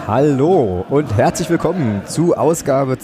Hallo und herzlich willkommen zu Ausgabe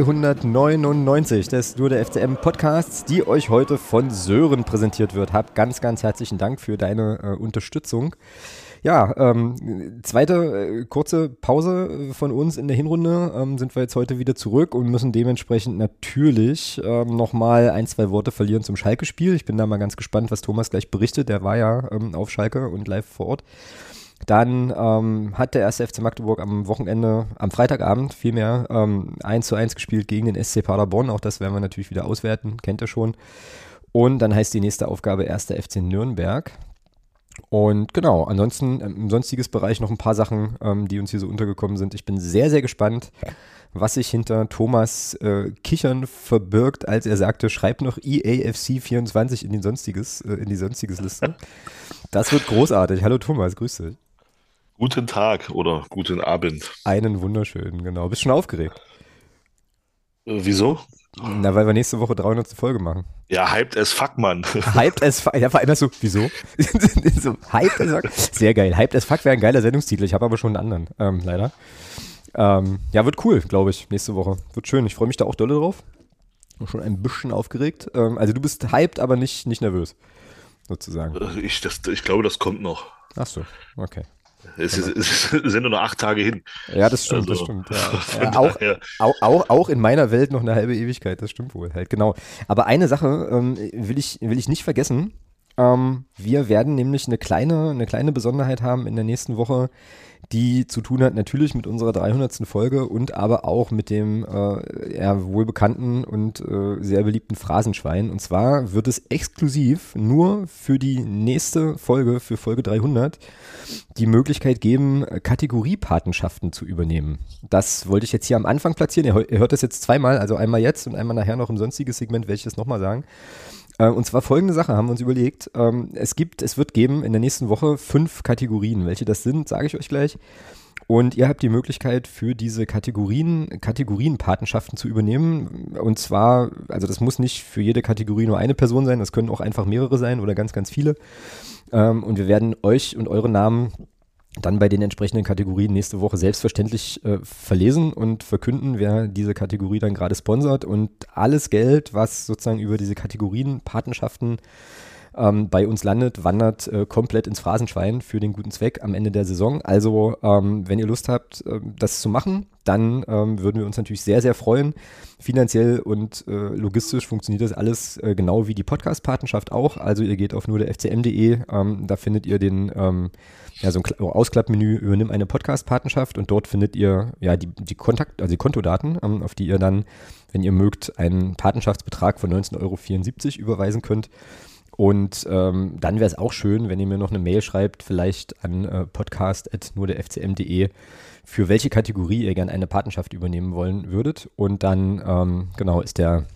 299 des Nur der FCM Podcasts, die euch heute von Sören präsentiert wird. Hab ganz, ganz herzlichen Dank für deine Unterstützung. Ja, zweite kurze Pause von uns in der Hinrunde. Sind wir jetzt heute wieder zurück und müssen dementsprechend natürlich nochmal ein, zwei Worte verlieren zum Schalke-Spiel. Ich bin da mal ganz gespannt, was Thomas gleich berichtet. Der war ja auf Schalke und live vor Ort. Dann hat der erste FC Magdeburg am Wochenende, am Freitagabend vielmehr, 1:1 gespielt gegen den SC Paderborn. Auch das werden wir natürlich wieder auswerten, kennt ihr schon. Und dann heißt die nächste Aufgabe 1. FC Nürnberg. Und genau, ansonsten im sonstiges Bereich noch ein paar Sachen, die uns hier so untergekommen sind. Ich bin sehr, sehr gespannt, was sich hinter Thomas Kichern verbirgt, als er sagte, schreib noch EAFC24 in die sonstiges Liste. Das wird großartig. Hallo Thomas, grüß dich. Guten Tag oder guten Abend. Einen wunderschönen, genau. Bist schon aufgeregt? Wieso? Na, weil wir nächste Woche 300. Folge machen. Ja, hyped as fuck, Mann. Hyped as fuck. Ja, vor allem so, wieso? So, hyped as fuck. Sehr geil. Hyped as fuck wäre ein geiler Sendungstitel. Ich habe aber schon einen anderen, leider. Ja, wird cool, glaube ich, nächste Woche. Wird schön. Ich freue mich da auch dolle drauf. Schon ein bisschen aufgeregt. Also du bist hyped, aber nicht nervös, sozusagen. Ich glaube, das kommt noch. Ach so, okay. Es sind nur noch 8 Tage hin. Ja, das stimmt, das Also, stimmt. Ja. von Ja, auch, daher. auch in meiner Welt noch eine halbe Ewigkeit, das stimmt wohl halt, genau. Aber eine Sache will ich nicht vergessen. Wir werden nämlich eine kleine Besonderheit haben in der nächsten Woche, die zu tun hat natürlich mit unserer 300. Folge und aber auch mit dem ja, wohlbekannten und sehr beliebten Phrasenschwein. Und zwar wird es exklusiv nur für die nächste Folge, für Folge 300, die Möglichkeit geben, Kategoriepatenschaften zu übernehmen. Das wollte ich jetzt hier am Anfang platzieren. Ihr hört das jetzt zweimal, also einmal jetzt und einmal nachher noch im sonstiges Segment, werde ich das nochmal sagen. Und zwar folgende Sache haben wir uns überlegt. Es wird geben in der nächsten Woche 5 Kategorien. Welche das sind, sage ich euch gleich. Und ihr habt die Möglichkeit für diese Kategorienpatenschaften zu übernehmen. Und zwar, also das muss nicht für jede Kategorie nur eine Person sein, das können auch einfach mehrere sein oder ganz, ganz viele. Und wir werden euch und eure Namen dann bei den entsprechenden Kategorien nächste Woche selbstverständlich verlesen und verkünden, wer diese Kategorie dann gerade sponsert. Und alles Geld, was sozusagen über diese Kategorien, Patenschaften bei uns landet, wandert komplett ins Phrasenschwein für den guten Zweck am Ende der Saison. Also wenn ihr Lust habt, das zu machen, dann würden wir uns natürlich sehr, sehr freuen. Finanziell und logistisch funktioniert das alles genau wie die Podcast-Patenschaft auch. Also ihr geht auf nur der FCM.de, da findet ihr den ja, so ein Ausklappmenü, übernimm eine Podcast-Patenschaft und dort findet ihr ja die also die Kontodaten, auf die ihr dann, wenn ihr mögt, einen Patenschaftsbetrag von 19,74 € überweisen könnt. Und dann wäre es auch schön, wenn ihr mir noch eine Mail schreibt, vielleicht an podcast@nurderfcm.de, für welche Kategorie ihr gerne eine Patenschaft übernehmen wollen würdet. Und dann, genau, ist der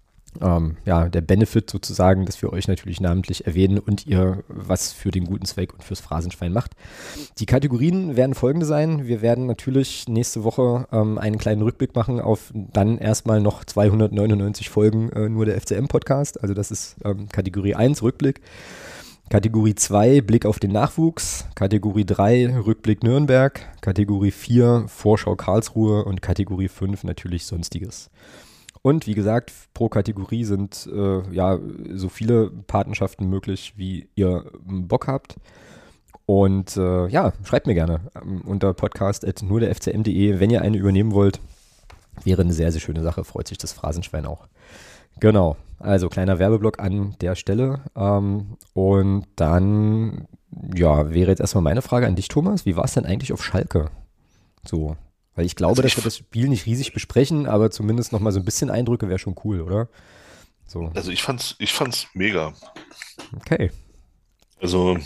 Benefit sozusagen, dass wir euch natürlich namentlich erwähnen und ihr was für den guten Zweck und fürs Phrasenschwein macht. Die Kategorien werden folgende sein. Wir werden natürlich nächste Woche einen kleinen Rückblick machen auf dann erstmal noch 299 Folgen nur der FCM-Podcast. Also das ist Kategorie 1, Rückblick. Kategorie 2, Blick auf den Nachwuchs. Kategorie 3, Rückblick Nürnberg. Kategorie 4, Vorschau Karlsruhe. Und Kategorie 5 natürlich Sonstiges. Und wie gesagt, pro Kategorie sind ja so viele Patenschaften möglich, wie ihr Bock habt. Und ja, schreibt mir gerne unter podcast@nurderfcm.de, wenn ihr eine übernehmen wollt. Wäre eine sehr, sehr schöne Sache, freut sich das Phrasenschwein auch. Genau, also kleiner Werbeblock an der Stelle. Und dann, ja, wäre jetzt erstmal meine Frage an dich, Thomas. Wie war es denn eigentlich auf Schalke? So. Weil ich glaube, Also dass wir das Spiel nicht riesig besprechen, aber zumindest noch mal so ein bisschen Eindrücke wäre schon cool, oder? So, ich fand's mega. okay. Also,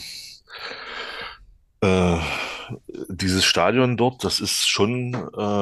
äh, dieses Stadion dort, das ist schon,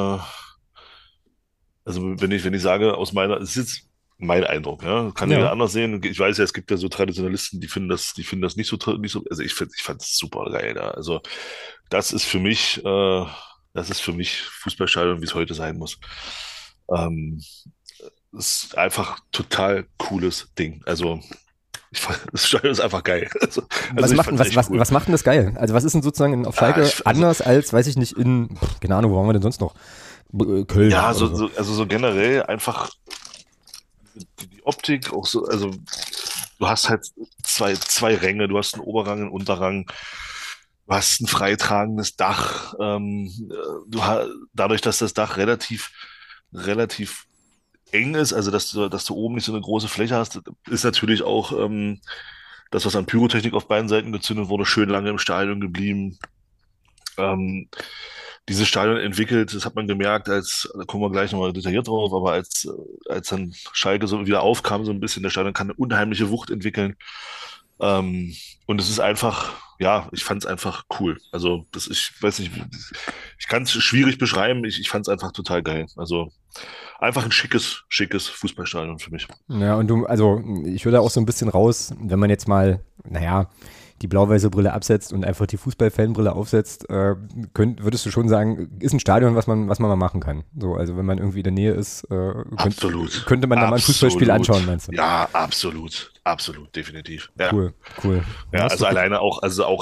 also wenn ich sage, es ist jetzt mein Eindruck, ja, kann Ja, jeder anders sehen. Ich weiß ja, es gibt ja so Traditionalisten, die finden das nicht so, also ich fand es super geil, ja. Also, das ist für mich, äh, das ist für mich Fußballstadion, wie es heute sein muss. Ähm, Ist einfach total cooles Ding. Also, Das Stadion ist einfach geil. Was Ich macht, fand's echt cool. was macht denn das geil? Also was ist denn sozusagen auf Schalke anders als, weiß ich nicht, keine Ahnung, wo waren wir denn sonst noch? Köln Ja, oder so. also so generell einfach die Optik auch so, also du hast halt zwei Ränge, du hast einen Oberrang, einen Unterrang, du hast ein freitragendes Dach, dadurch, dass das Dach relativ eng ist, also dass du oben nicht so eine große Fläche hast, ist natürlich auch das, was an Pyrotechnik auf beiden Seiten gezündet wurde, schön lange im Stadion geblieben. Ähm, Dieses Stadion entwickelt, das hat man gemerkt, da kommen wir gleich nochmal detailliert drauf, aber als dann Schalke so wieder aufkam, so ein bisschen, der Stadion kann eine unheimliche Wucht entwickeln. Und es ist einfach, ja, ich fand es einfach cool. Also, ich weiß nicht, ich kann es schwierig beschreiben, ich fand es einfach total geil. Also, einfach ein schickes Fußballstadion für mich. Ja, und also ich höre da auch so ein bisschen raus, wenn man jetzt mal, naja, die blau-weiße Brille absetzt und einfach die Fußball-Fanbrille aufsetzt, würdest du schon sagen, ist ein Stadion, was man mal machen kann. So, also wenn man irgendwie in der Nähe ist, Absolut. könnte man da mal ein Fußballspiel anschauen, meinst du? Ja, absolut, definitiv. Ja. Cool. Ja, also alleine auch, also auch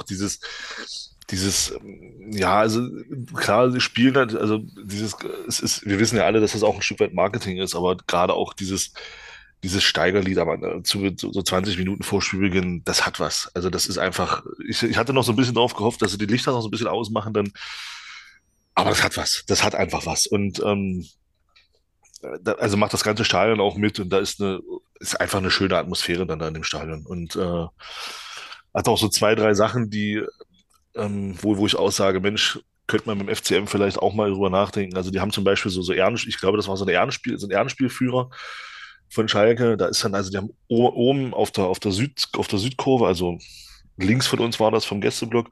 ja, also klar, sie spielen halt, also wir wissen ja alle, dass das auch ein Stück weit Marketing ist, aber gerade auch dieses Steigerlied so 20 Minuten vor Spielbeginn, das hat was. Also das ist einfach, ich hatte noch so ein bisschen drauf gehofft, dass sie die Lichter noch so ein bisschen ausmachen, dann, aber das hat was. Das hat einfach was. Und also macht das ganze Stadion auch mit und ist einfach eine schöne Atmosphäre dann da in dem Stadion. Und hat auch so zwei, drei Sachen, wo ich aussage, Mensch, könnte man mit dem FCM vielleicht auch mal drüber nachdenken. Also die haben zum Beispiel ich glaube, das war so ein Ehrenspielführer von Schalke. Da ist dann, also die haben oben auf der Südkurve, also links von uns war das vom Gästeblock,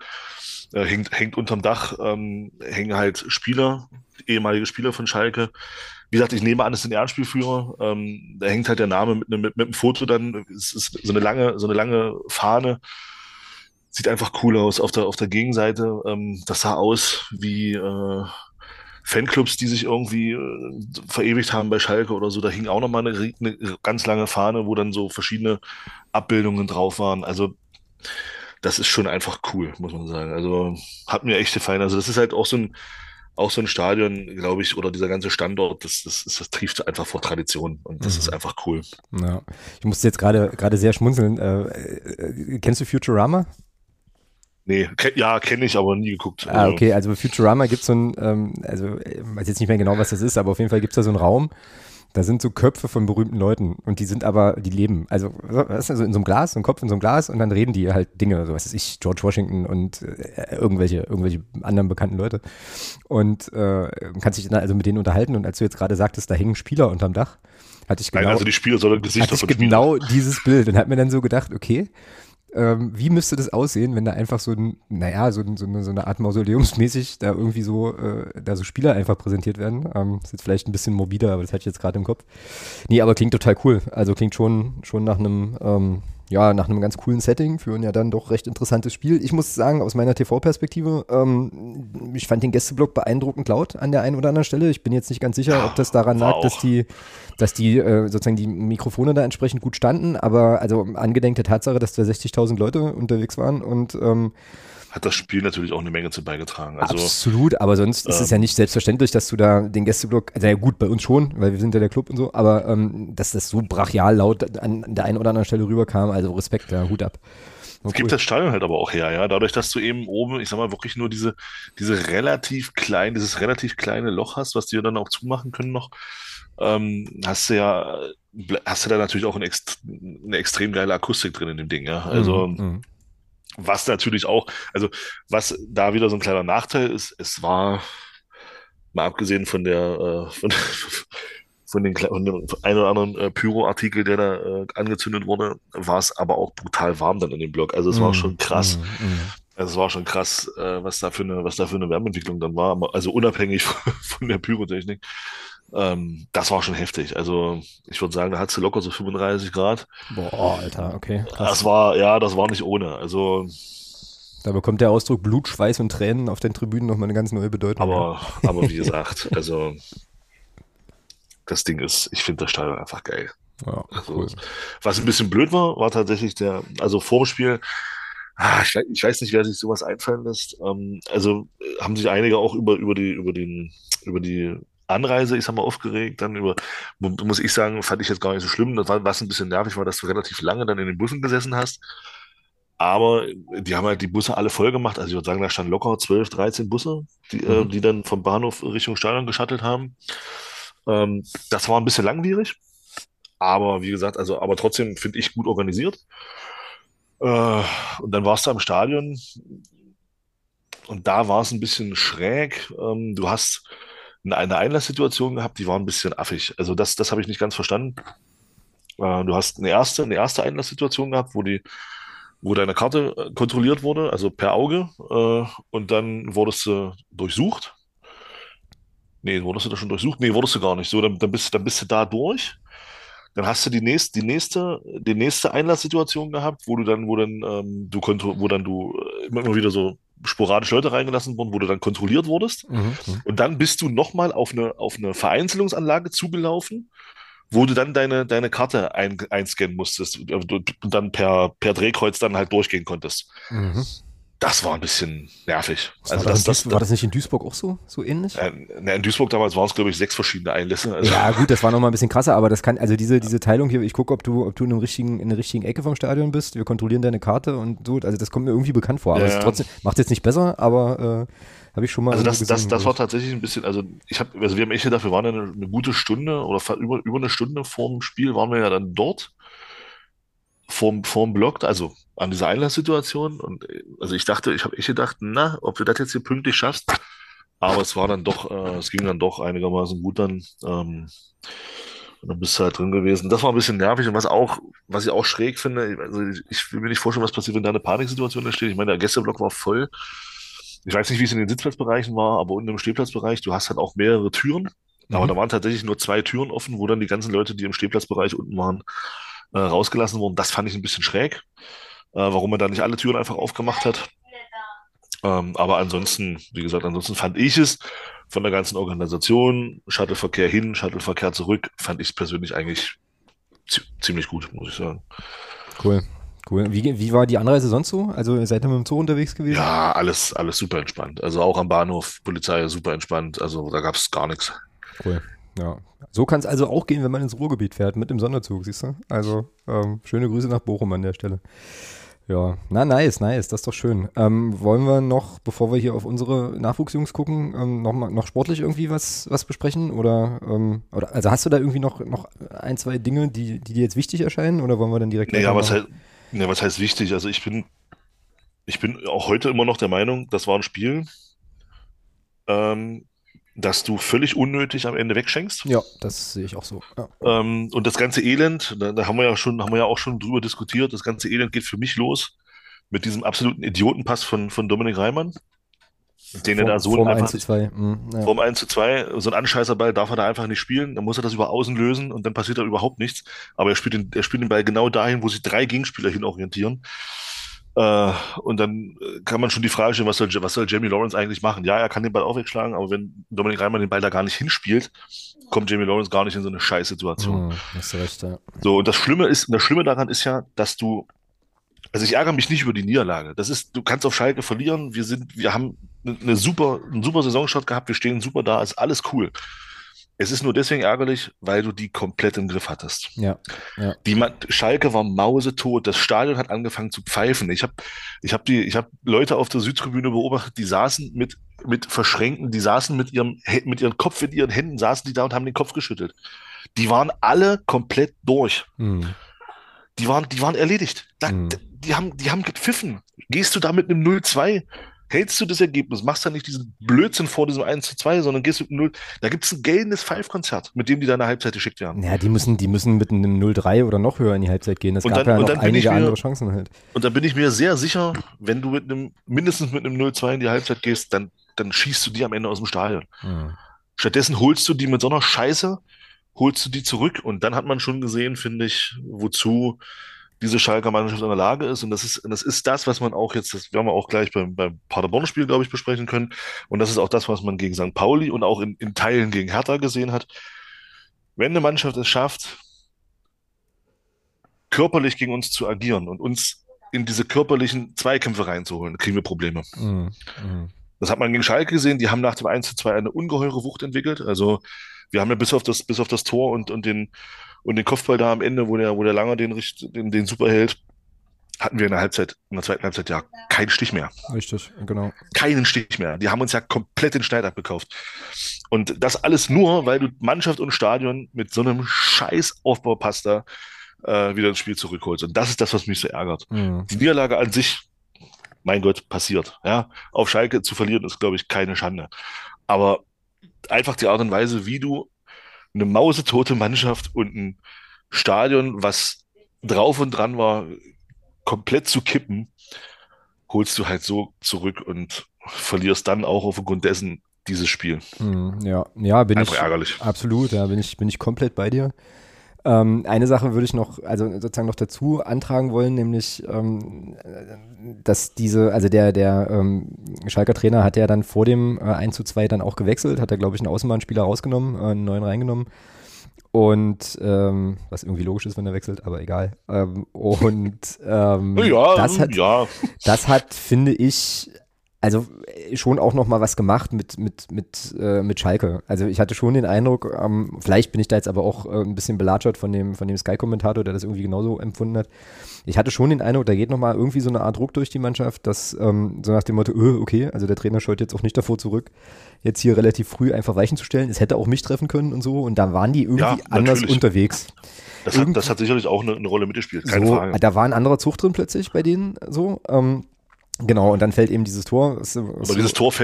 hängt unterm Dach, hängen halt ehemalige Spieler von Schalke. Wie gesagt, ich nehme an, es sind Ehrenspielführer. Da hängt halt der Name mit einem Foto dann. Es ist so eine lange Fahne. Sieht einfach cool aus. Auf der Gegenseite, das sah aus wie Fanclubs, die sich irgendwie verewigt haben bei Schalke oder so. Da hing auch nochmal eine ganz lange Fahne, wo dann so verschiedene Abbildungen drauf waren. Also das ist schon einfach cool, muss man sagen. Also hat mir echt gefallen. Also das ist halt auch so ein Stadion, glaube ich, oder dieser ganze Standort, das trieft einfach vor Tradition und das ist Mhm. einfach cool. Ja. Ich musste jetzt gerade sehr schmunzeln. Kennst du Futurama? Nee, ja, kenne ich, aber nie geguckt. Ah, Also, okay, also bei Futurama gibt es so ein, weiß jetzt nicht mehr genau, was das ist, aber auf jeden Fall gibt es da so einen Raum, da sind so Köpfe von berühmten Leuten und die leben. Also, was ist so in so einem Glas, so ein Kopf in so einem Glas und dann reden die halt Dinge, so was weiß ich, George Washington und irgendwelche anderen bekannten Leute. Und kannst dich dann also mit denen unterhalten und als du jetzt gerade sagtest, da hängen Spieler unterm Dach, hatte ich nein, genau, also die Spieler sollen Gesichter hatte ich von Spielern. genau dieses Bild und habe mir dann so gedacht, okay, wie müsste das aussehen, wenn da einfach so eine Art Mausoleumsmäßig da irgendwie so, da so Spieler einfach präsentiert werden. Ist jetzt vielleicht ein bisschen morbider, aber das hatte ich jetzt gerade im Kopf. Nee, aber klingt total cool. Also klingt schon nach nach einem ganz coolen Setting für ein ja dann doch recht interessantes Spiel. Ich muss sagen, aus meiner TV-Perspektive, ich fand den Gästeblock beeindruckend laut an der einen oder anderen Stelle. Ich bin jetzt nicht ganz sicher, ob das daran lag, dass die sozusagen die Mikrofone da entsprechend gut standen, aber also angedenk der Tatsache, dass da 60.000 Leute unterwegs waren und Hat das Spiel natürlich auch eine Menge zu beigetragen. Also, absolut, aber sonst ist es ja nicht selbstverständlich, dass du da den Gästeblock, also ja gut, bei uns schon, weil wir sind ja der Club und so, aber dass das so brachial laut an der einen oder anderen Stelle rüberkam, also Respekt, ja, Hut ab. Oh, es gibt das Stadion halt aber auch her, ja. Dadurch, dass du eben oben, ich sag mal, wirklich nur dieses relativ kleine Loch hast, was die dann auch zumachen können noch, hast du da natürlich auch eine extrem geile Akustik drin in dem Ding, ja. Mhm, Also, mhm. was natürlich auch, also, was da wieder so ein kleiner Nachteil ist, es war, mal abgesehen von dem einen oder anderen Pyro-Artikel, der da angezündet wurde, war es aber auch brutal warm dann in dem Block. Also es war Mhm, schon krass. mhm, mhm. Es war schon krass, was da für eine Wärmeentwicklung dann war. Also unabhängig von der Pyrotechnik. Das war schon heftig. Also ich würde sagen, da hat sie locker so 35 Grad. Boah, Alter, okay, krass. Das war nicht ohne. Also, Da bekommt der Ausdruck Blut, Schweiß und Tränen auf den Tribünen nochmal eine ganz neue Bedeutung. Ja. aber wie gesagt, also ich finde das Stadion einfach geil. Ja, Also, cool. was ein bisschen blöd war, war tatsächlich also vorm Spiel, ich weiß nicht, wer sich sowas einfallen lässt. Also haben sich einige auch über die Anreise, ich sag mal, aufgeregt. Dann muss ich sagen, fand ich jetzt gar nicht so schlimm. Was ein bisschen nervig war, dass du relativ lange dann in den Bussen gesessen hast. Aber die haben halt die Busse alle voll gemacht. Also ich würde sagen, da standen locker 12, 13 Busse, Mhm. die dann vom Bahnhof Richtung Stadion geschattelt haben. Das war ein bisschen langwierig. Aber wie gesagt, aber trotzdem finde ich gut organisiert. Und dann warst du am Stadion und da war es ein bisschen schräg. Du hast eine Einlasssituation gehabt, die war ein bisschen affig. Also das habe ich nicht ganz verstanden. Du hast eine erste Einlasssituation gehabt, wo deine Karte kontrolliert wurde, also per Auge, und dann wurdest du durchsucht. Nee, wurdest du da schon durchsucht? Nee, wurdest du gar nicht. So, dann bist du da durch. Dann hast du die nächste Einlasssituation gehabt, wo dann du immer wieder so sporadisch Leute reingelassen wurden, wo du dann kontrolliert wurdest. Mhm. Mhm. Und dann bist du nochmal auf eine Vereinzelungsanlage zugelaufen, wo du dann deine Karte einscannen musstest und dann per Drehkreuz dann halt durchgehen konntest. Mhm. Das war ein bisschen nervig. Das war Also doch in Duisburg, war das nicht in Duisburg auch so, so ähnlich? in Duisburg damals waren es, glaube ich, 6 verschiedene Einlässe. Also, Ja, gut, das war nochmal ein bisschen krasser, aber das kann, also diese Teilung hier, ich gucke, ob du in der richtigen Ecke vom Stadion bist, wir kontrollieren deine Karte und so, also das kommt mir irgendwie bekannt vor, aber es ist ja, trotzdem, macht jetzt nicht besser, aber habe ich schon mal also irgendwo gesehen, das glaube war ich. tatsächlich ein bisschen, also wir haben echt gedacht, wir waren ja eine gute Stunde oder über eine Stunde vorm Spiel waren wir ja dann dort, vorm Block, also an dieser Einlasssituation. Und also ich habe echt gedacht, na, ob du das jetzt hier pünktlich schaffst. Aber es ging dann doch einigermaßen gut dann. Und dann bist du halt drin gewesen. Das war ein bisschen nervig und was ich auch schräg finde, also ich will mir nicht vorstellen, was passiert, wenn da eine Paniksituation entsteht. Ich meine, der Gästeblock war voll. Ich weiß nicht, wie es in den Sitzplatzbereichen war, aber unten im Stehplatzbereich, du hast halt auch mehrere Türen. Aber Mhm. da waren tatsächlich nur 2 Türen offen, wo dann die ganzen Leute, die im Stehplatzbereich unten waren, rausgelassen wurden. Das fand ich ein bisschen schräg, warum man da nicht alle Türen einfach aufgemacht hat. Aber ansonsten, wie gesagt, ansonsten fand ich es von der ganzen Organisation, Shuttleverkehr hin, Shuttleverkehr zurück, fand ich es persönlich eigentlich ziemlich gut, muss ich sagen. Cool, cool. Wie war die Anreise sonst so? Also seid ihr mit dem Zoo unterwegs gewesen? Ja, alles super entspannt. Also auch am Bahnhof, Polizei super entspannt. Also da gab es gar nichts. Cool, ja. So kann es also auch gehen, wenn man ins Ruhrgebiet fährt, mit dem Sonderzug, siehst du? Also schöne Grüße nach Bochum an der Stelle. Ja, na nice, nice, das ist doch schön. Wollen wir noch, bevor wir hier auf unsere Nachwuchsjungs gucken, noch sportlich irgendwie was besprechen? Oder also hast du da irgendwie noch ein, zwei Dinge, die dir jetzt wichtig erscheinen oder wollen wir dann direkt Naja, weitermachen? was heißt wichtig? Also ich bin auch heute immer noch der Meinung, das war ein Spiel, ähm, das du völlig unnötig am Ende wegschenkst. Ja, das sehe ich auch so. Ja. Und das ganze Elend, da haben wir ja auch schon drüber diskutiert, das ganze Elend geht für mich los mit diesem absoluten Idiotenpass von Dominik Reimann, den er da so Vorm eins einfach zu nicht, 2. Ja. vorm 1:2, so ein Anscheißerball darf er da einfach nicht spielen, dann muss er das über Außen lösen und dann passiert da überhaupt nichts. Aber er spielt den Ball genau dahin, wo sich 3 Gegenspieler hin orientieren. Und dann kann man schon die Frage stellen, was soll Jamie Lawrence eigentlich machen? Ja, er kann den Ball auch wegschlagen, aber wenn Dominik Reimann den Ball da gar nicht hinspielt, kommt Jamie Lawrence gar nicht in so eine Scheißsituation. Hast du recht, ja. So, und das Schlimme daran ist ja, also ich ärgere mich nicht über die Niederlage. Du kannst auf Schalke verlieren. Wir haben einen super Saisonstart gehabt. Wir stehen super da. Ist alles cool. Es ist nur deswegen ärgerlich, weil du die komplett im Griff hattest. Ja, ja. Schalke war mausetot. Das Stadion hat angefangen zu pfeifen. Ich hab Leute auf der Südtribüne beobachtet, die saßen mit ihrem Kopf in ihren Händen, saßen die da und haben den Kopf geschüttelt. Die waren alle komplett durch. Mhm. Die waren erledigt. Mhm. Die haben gepfiffen. Gehst du da mit einem 0:2? Hältst du das Ergebnis? Machst da nicht diesen Blödsinn vor diesem 1:2, sondern gehst mit 0. Da gibt es ein geltendes Five-Konzert, mit dem die da in der Halbzeit geschickt werden. Ja, die müssen mit einem 0-3 oder noch höher in die Halbzeit gehen. Es gab ja Und noch einige andere Chancen halt. dann bin ich mir sehr sicher, wenn du mindestens mit einem 0:2 in die Halbzeit gehst, dann schießt du die am Ende aus dem Stadion. Mhm. Stattdessen holst du die zurück und dann hat man schon gesehen, finde ich, wozu diese Schalker Mannschaft in der Lage ist. Und das ist das, was man auch jetzt, das werden wir auch gleich beim Paderborn-Spiel, glaube ich, besprechen können. Und das ist auch das, was man gegen St. Pauli und auch in Teilen gegen Hertha gesehen hat. Wenn eine Mannschaft es schafft, körperlich gegen uns zu agieren und uns in diese körperlichen Zweikämpfe reinzuholen, kriegen wir Probleme. Mhm. Mhm. Das hat man gegen Schalke gesehen, die haben nach dem 1:2 eine ungeheure Wucht entwickelt. Also wir haben ja bis auf das Tor und den Kopfball da am Ende, wo der Langer den Super hält, hatten wir in der zweiten Halbzeit ja keinen Stich mehr. Richtig, genau. Keinen Stich mehr. Die haben uns ja komplett den Schneid abgekauft. Und das alles nur, weil du Mannschaft und Stadion mit so einem scheiß Aufbaupass da wieder ins Spiel zurückholst. Und das ist das, was mich so ärgert. Mhm. Die Niederlage an sich, mein Gott, passiert. Ja, auf Schalke zu verlieren ist, glaube ich, keine Schande. Aber einfach die Art und Weise, wie du eine mausetote Mannschaft und ein Stadion, was drauf und dran war, komplett zu kippen, holst du halt so zurück und verlierst dann auch aufgrund dessen dieses Spiel. Mhm. Ja, ja, bin Einfach ich ärgerlich. absolut, ja, bin ich komplett bei dir. Eine Sache würde ich noch, also sozusagen noch dazu antragen wollen, nämlich, dass also der Schalker Trainer hat ja dann vor dem 1:2 dann auch gewechselt, hat er, glaube ich, einen Außenbahnspieler rausgenommen, einen neuen reingenommen. Und was irgendwie logisch ist, wenn er wechselt, aber egal. Ja, ja. Das hat, finde ich, also schon auch noch mal was gemacht mit Schalke. Also ich hatte schon den Eindruck, vielleicht bin ich da jetzt aber auch ein bisschen belatschert von dem Sky-Kommentator, der das irgendwie genauso empfunden hat. Ich hatte schon den Eindruck, da geht noch mal irgendwie so eine Art Druck durch die Mannschaft, dass so nach dem Motto, okay, also der Trainer scheut jetzt auch nicht davor zurück, jetzt hier relativ früh einfach Weichen zu stellen. Es hätte auch mich treffen können und so. Und da waren die irgendwie Ja, anders natürlich. unterwegs. Das hat sicherlich auch eine Rolle mitgespielt, keine So, Frage. da war ein anderer Zug drin plötzlich bei denen so. Genau, und dann fällt eben dieses Tor. Aber dieses Tor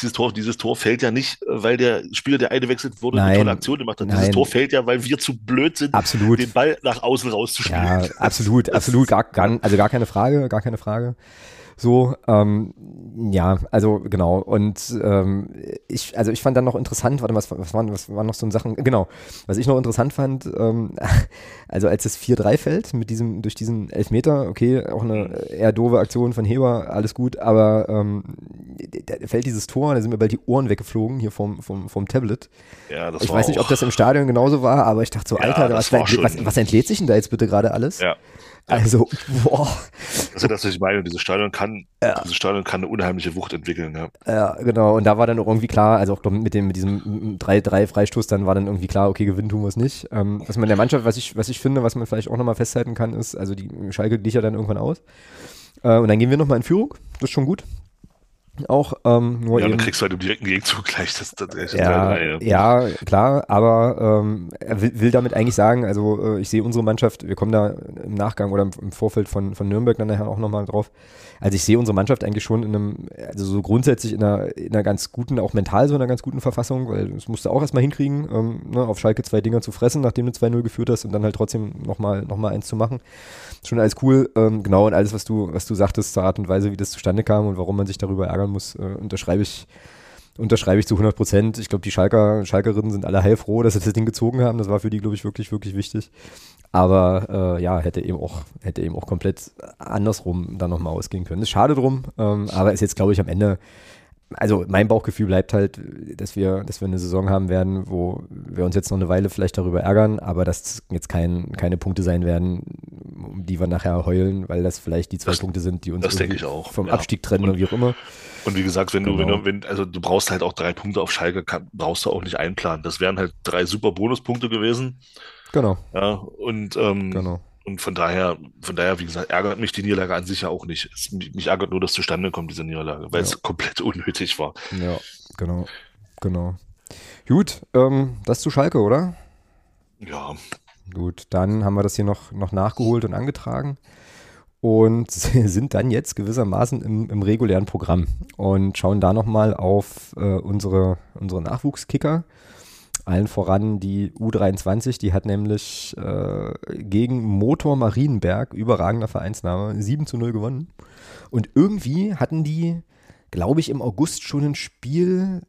fällt ja nicht, weil der Spieler, der eingewechselt wurde, eine Nein, tolle Aktion gemacht hat. Dieses nein. Tor fällt ja, weil wir zu blöd sind, Absolut. den Ball nach außen rauszuspielen. Ja, absolut, gar keine Frage. So, ja, also genau. Und ich fand dann noch interessant, warte mal, was waren noch so Sachen, genau, was ich noch interessant fand, also als das 4:3 fällt, durch diesen Elfmeter, okay, auch eine eher doofe Aktion von Heber, alles gut, aber da fällt dieses Tor, da sind mir bald die Ohren weggeflogen, hier vom Tablet. Ja, das Ich war weiß nicht, auch, ob das im Stadion genauso war, aber ich dachte so, Ja, Alter, das war schon- was entlädt sich denn da jetzt bitte gerade alles? Ja. Also, boah. Das ist ja das, was ich meine. Dieses Stadion kann eine unheimliche Wucht entwickeln. Ja. Ja, genau. Und da war dann auch irgendwie klar, also auch mit diesem 3:3 Freistoß, dann war dann irgendwie klar, okay, gewinnen tun wir es nicht. Was man der Mannschaft, was ich finde, was man vielleicht auch nochmal festhalten kann, ist, also die Schalke glich ja dann irgendwann aus. Und dann gehen wir nochmal in Führung. Das ist schon gut. Auch nur Ja, eben. dann kriegst du halt im direkten Gegenzug gleich das ist Ja, 3:3, ja, klar, aber er will damit eigentlich sagen, also ich sehe unsere Mannschaft, wir kommen da im Nachgang oder im Vorfeld von Nürnberg dann nachher auch nochmal drauf, also ich sehe unsere Mannschaft eigentlich schon also so grundsätzlich in einer ganz guten, auch mental so in einer ganz guten Verfassung, weil das musst du auch erstmal hinkriegen, ne, auf Schalke 2 Dinger zu fressen, nachdem du 2:0 geführt hast und dann halt trotzdem nochmal eins zu machen. Schon alles cool, genau, und alles, was du sagtest zur Art und Weise, wie das zustande kam und warum man sich darüber ärgern muss, unterschreibe ich zu 100%. Ich glaube, die Schalkerinnen sind alle heilfroh, dass sie das Ding gezogen haben. Das war für die, glaube ich, wirklich, wirklich wichtig. Aber ja, hätte eben auch komplett andersrum dann nochmal ausgehen können. Ist schade drum, aber ist jetzt, glaube ich, am Ende, also mein Bauchgefühl bleibt halt, dass wir eine Saison haben werden, wo wir uns jetzt noch eine Weile vielleicht darüber ärgern, aber dass jetzt keine Punkte sein werden, um die wir nachher heulen, weil das vielleicht die 2 Punkte sind, die uns das denke irgendwie ich auch, vom ja. Abstieg trennen oder wie auch immer. Und wie gesagt, Genau. also du brauchst halt auch 3 Punkte auf Schalke, brauchst du auch nicht einplanen. Das wären halt 3 super Bonuspunkte gewesen. Genau. Ja, und Genau. von daher, wie gesagt, ärgert mich die Niederlage an sich ja auch nicht. Mich ärgert nur, dass zustande kommt, diese Niederlage, weil es komplett unnötig war. Ja, genau. Gut, das zu Schalke, oder? Ja, Gut, dann haben wir das hier noch nachgeholt und angetragen und sind dann jetzt gewissermaßen im regulären Programm und schauen da nochmal auf unsere Nachwuchskicker. Allen voran die U23, die hat nämlich gegen Motor Marienberg, überragender Vereinsname, 7:0 gewonnen. Und irgendwie hatten die, glaube ich, im August schon ein Spiel,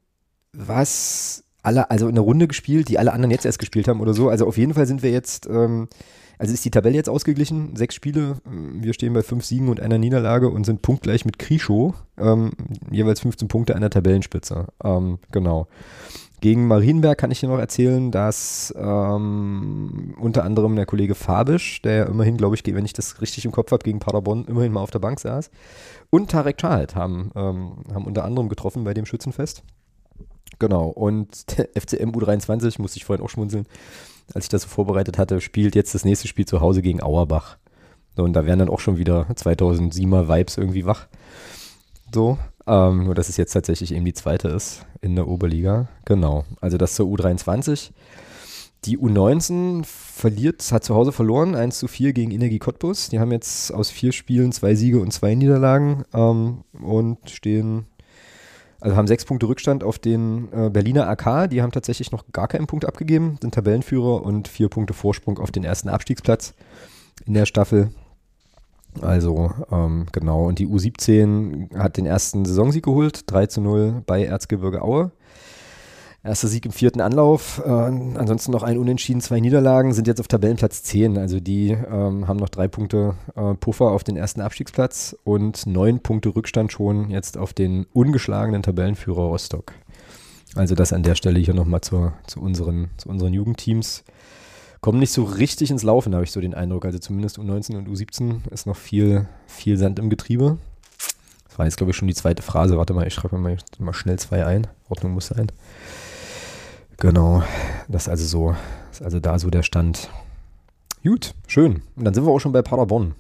also eine Runde gespielt, die alle anderen jetzt erst gespielt haben oder so. Also auf jeden Fall sind wir jetzt Also ist die Tabelle jetzt ausgeglichen, 6 Spiele, wir stehen bei 5 Siegen und einer Niederlage und sind punktgleich mit Krieschow, jeweils 15 Punkte an der Tabellenspitze. Genau. Gegen Marienberg kann ich dir noch erzählen, dass unter anderem der Kollege Fabisch, der ja immerhin, glaube ich, wenn ich das richtig im Kopf habe, gegen Paderborn immerhin mal auf der Bank saß, und Tarek Çağat haben unter anderem getroffen bei dem Schützenfest. Genau, und der FCM U23, musste ich vorhin auch schmunzeln, als ich das so vorbereitet hatte, spielt jetzt das nächste Spiel zu Hause gegen Auerbach. So, und da werden dann auch schon wieder 2007er Vibes irgendwie wach. So, nur dass es jetzt tatsächlich eben die zweite ist in der Oberliga. Genau, also das zur U23. Die U19 hat zu Hause verloren, 1:4 gegen Energie Cottbus. Die haben jetzt aus 4 Spielen 2 Siege und 2 Niederlagen und haben 6 Punkte Rückstand auf den Berliner AK. Die haben tatsächlich noch gar keinen Punkt abgegeben, sind Tabellenführer und 4 Punkte Vorsprung auf den ersten Abstiegsplatz in der Staffel. Also, genau. Und die U17 hat den ersten Saisonsieg geholt, 3:0 bei Erzgebirge Aue. Erster Sieg im 4. Anlauf, ansonsten noch ein Unentschieden, 2 Niederlagen, sind jetzt auf Tabellenplatz 10. Also die haben noch 3 Punkte Puffer auf den ersten Abstiegsplatz und 9 Punkte Rückstand schon jetzt auf den ungeschlagenen Tabellenführer Rostock. Also das an der Stelle hier nochmal zu unseren Jugendteams. Kommen nicht so richtig ins Laufen, habe ich so den Eindruck. Also zumindest U19 und U17 ist noch viel Sand im Getriebe. Das war jetzt, glaube ich, schon die zweite Phrase. Warte mal, ich schreibe mal schnell 2 ein. Ordnung muss sein. Genau, das ist also da so der Stand. Gut, schön. Und dann sind wir auch schon bei Paderborn.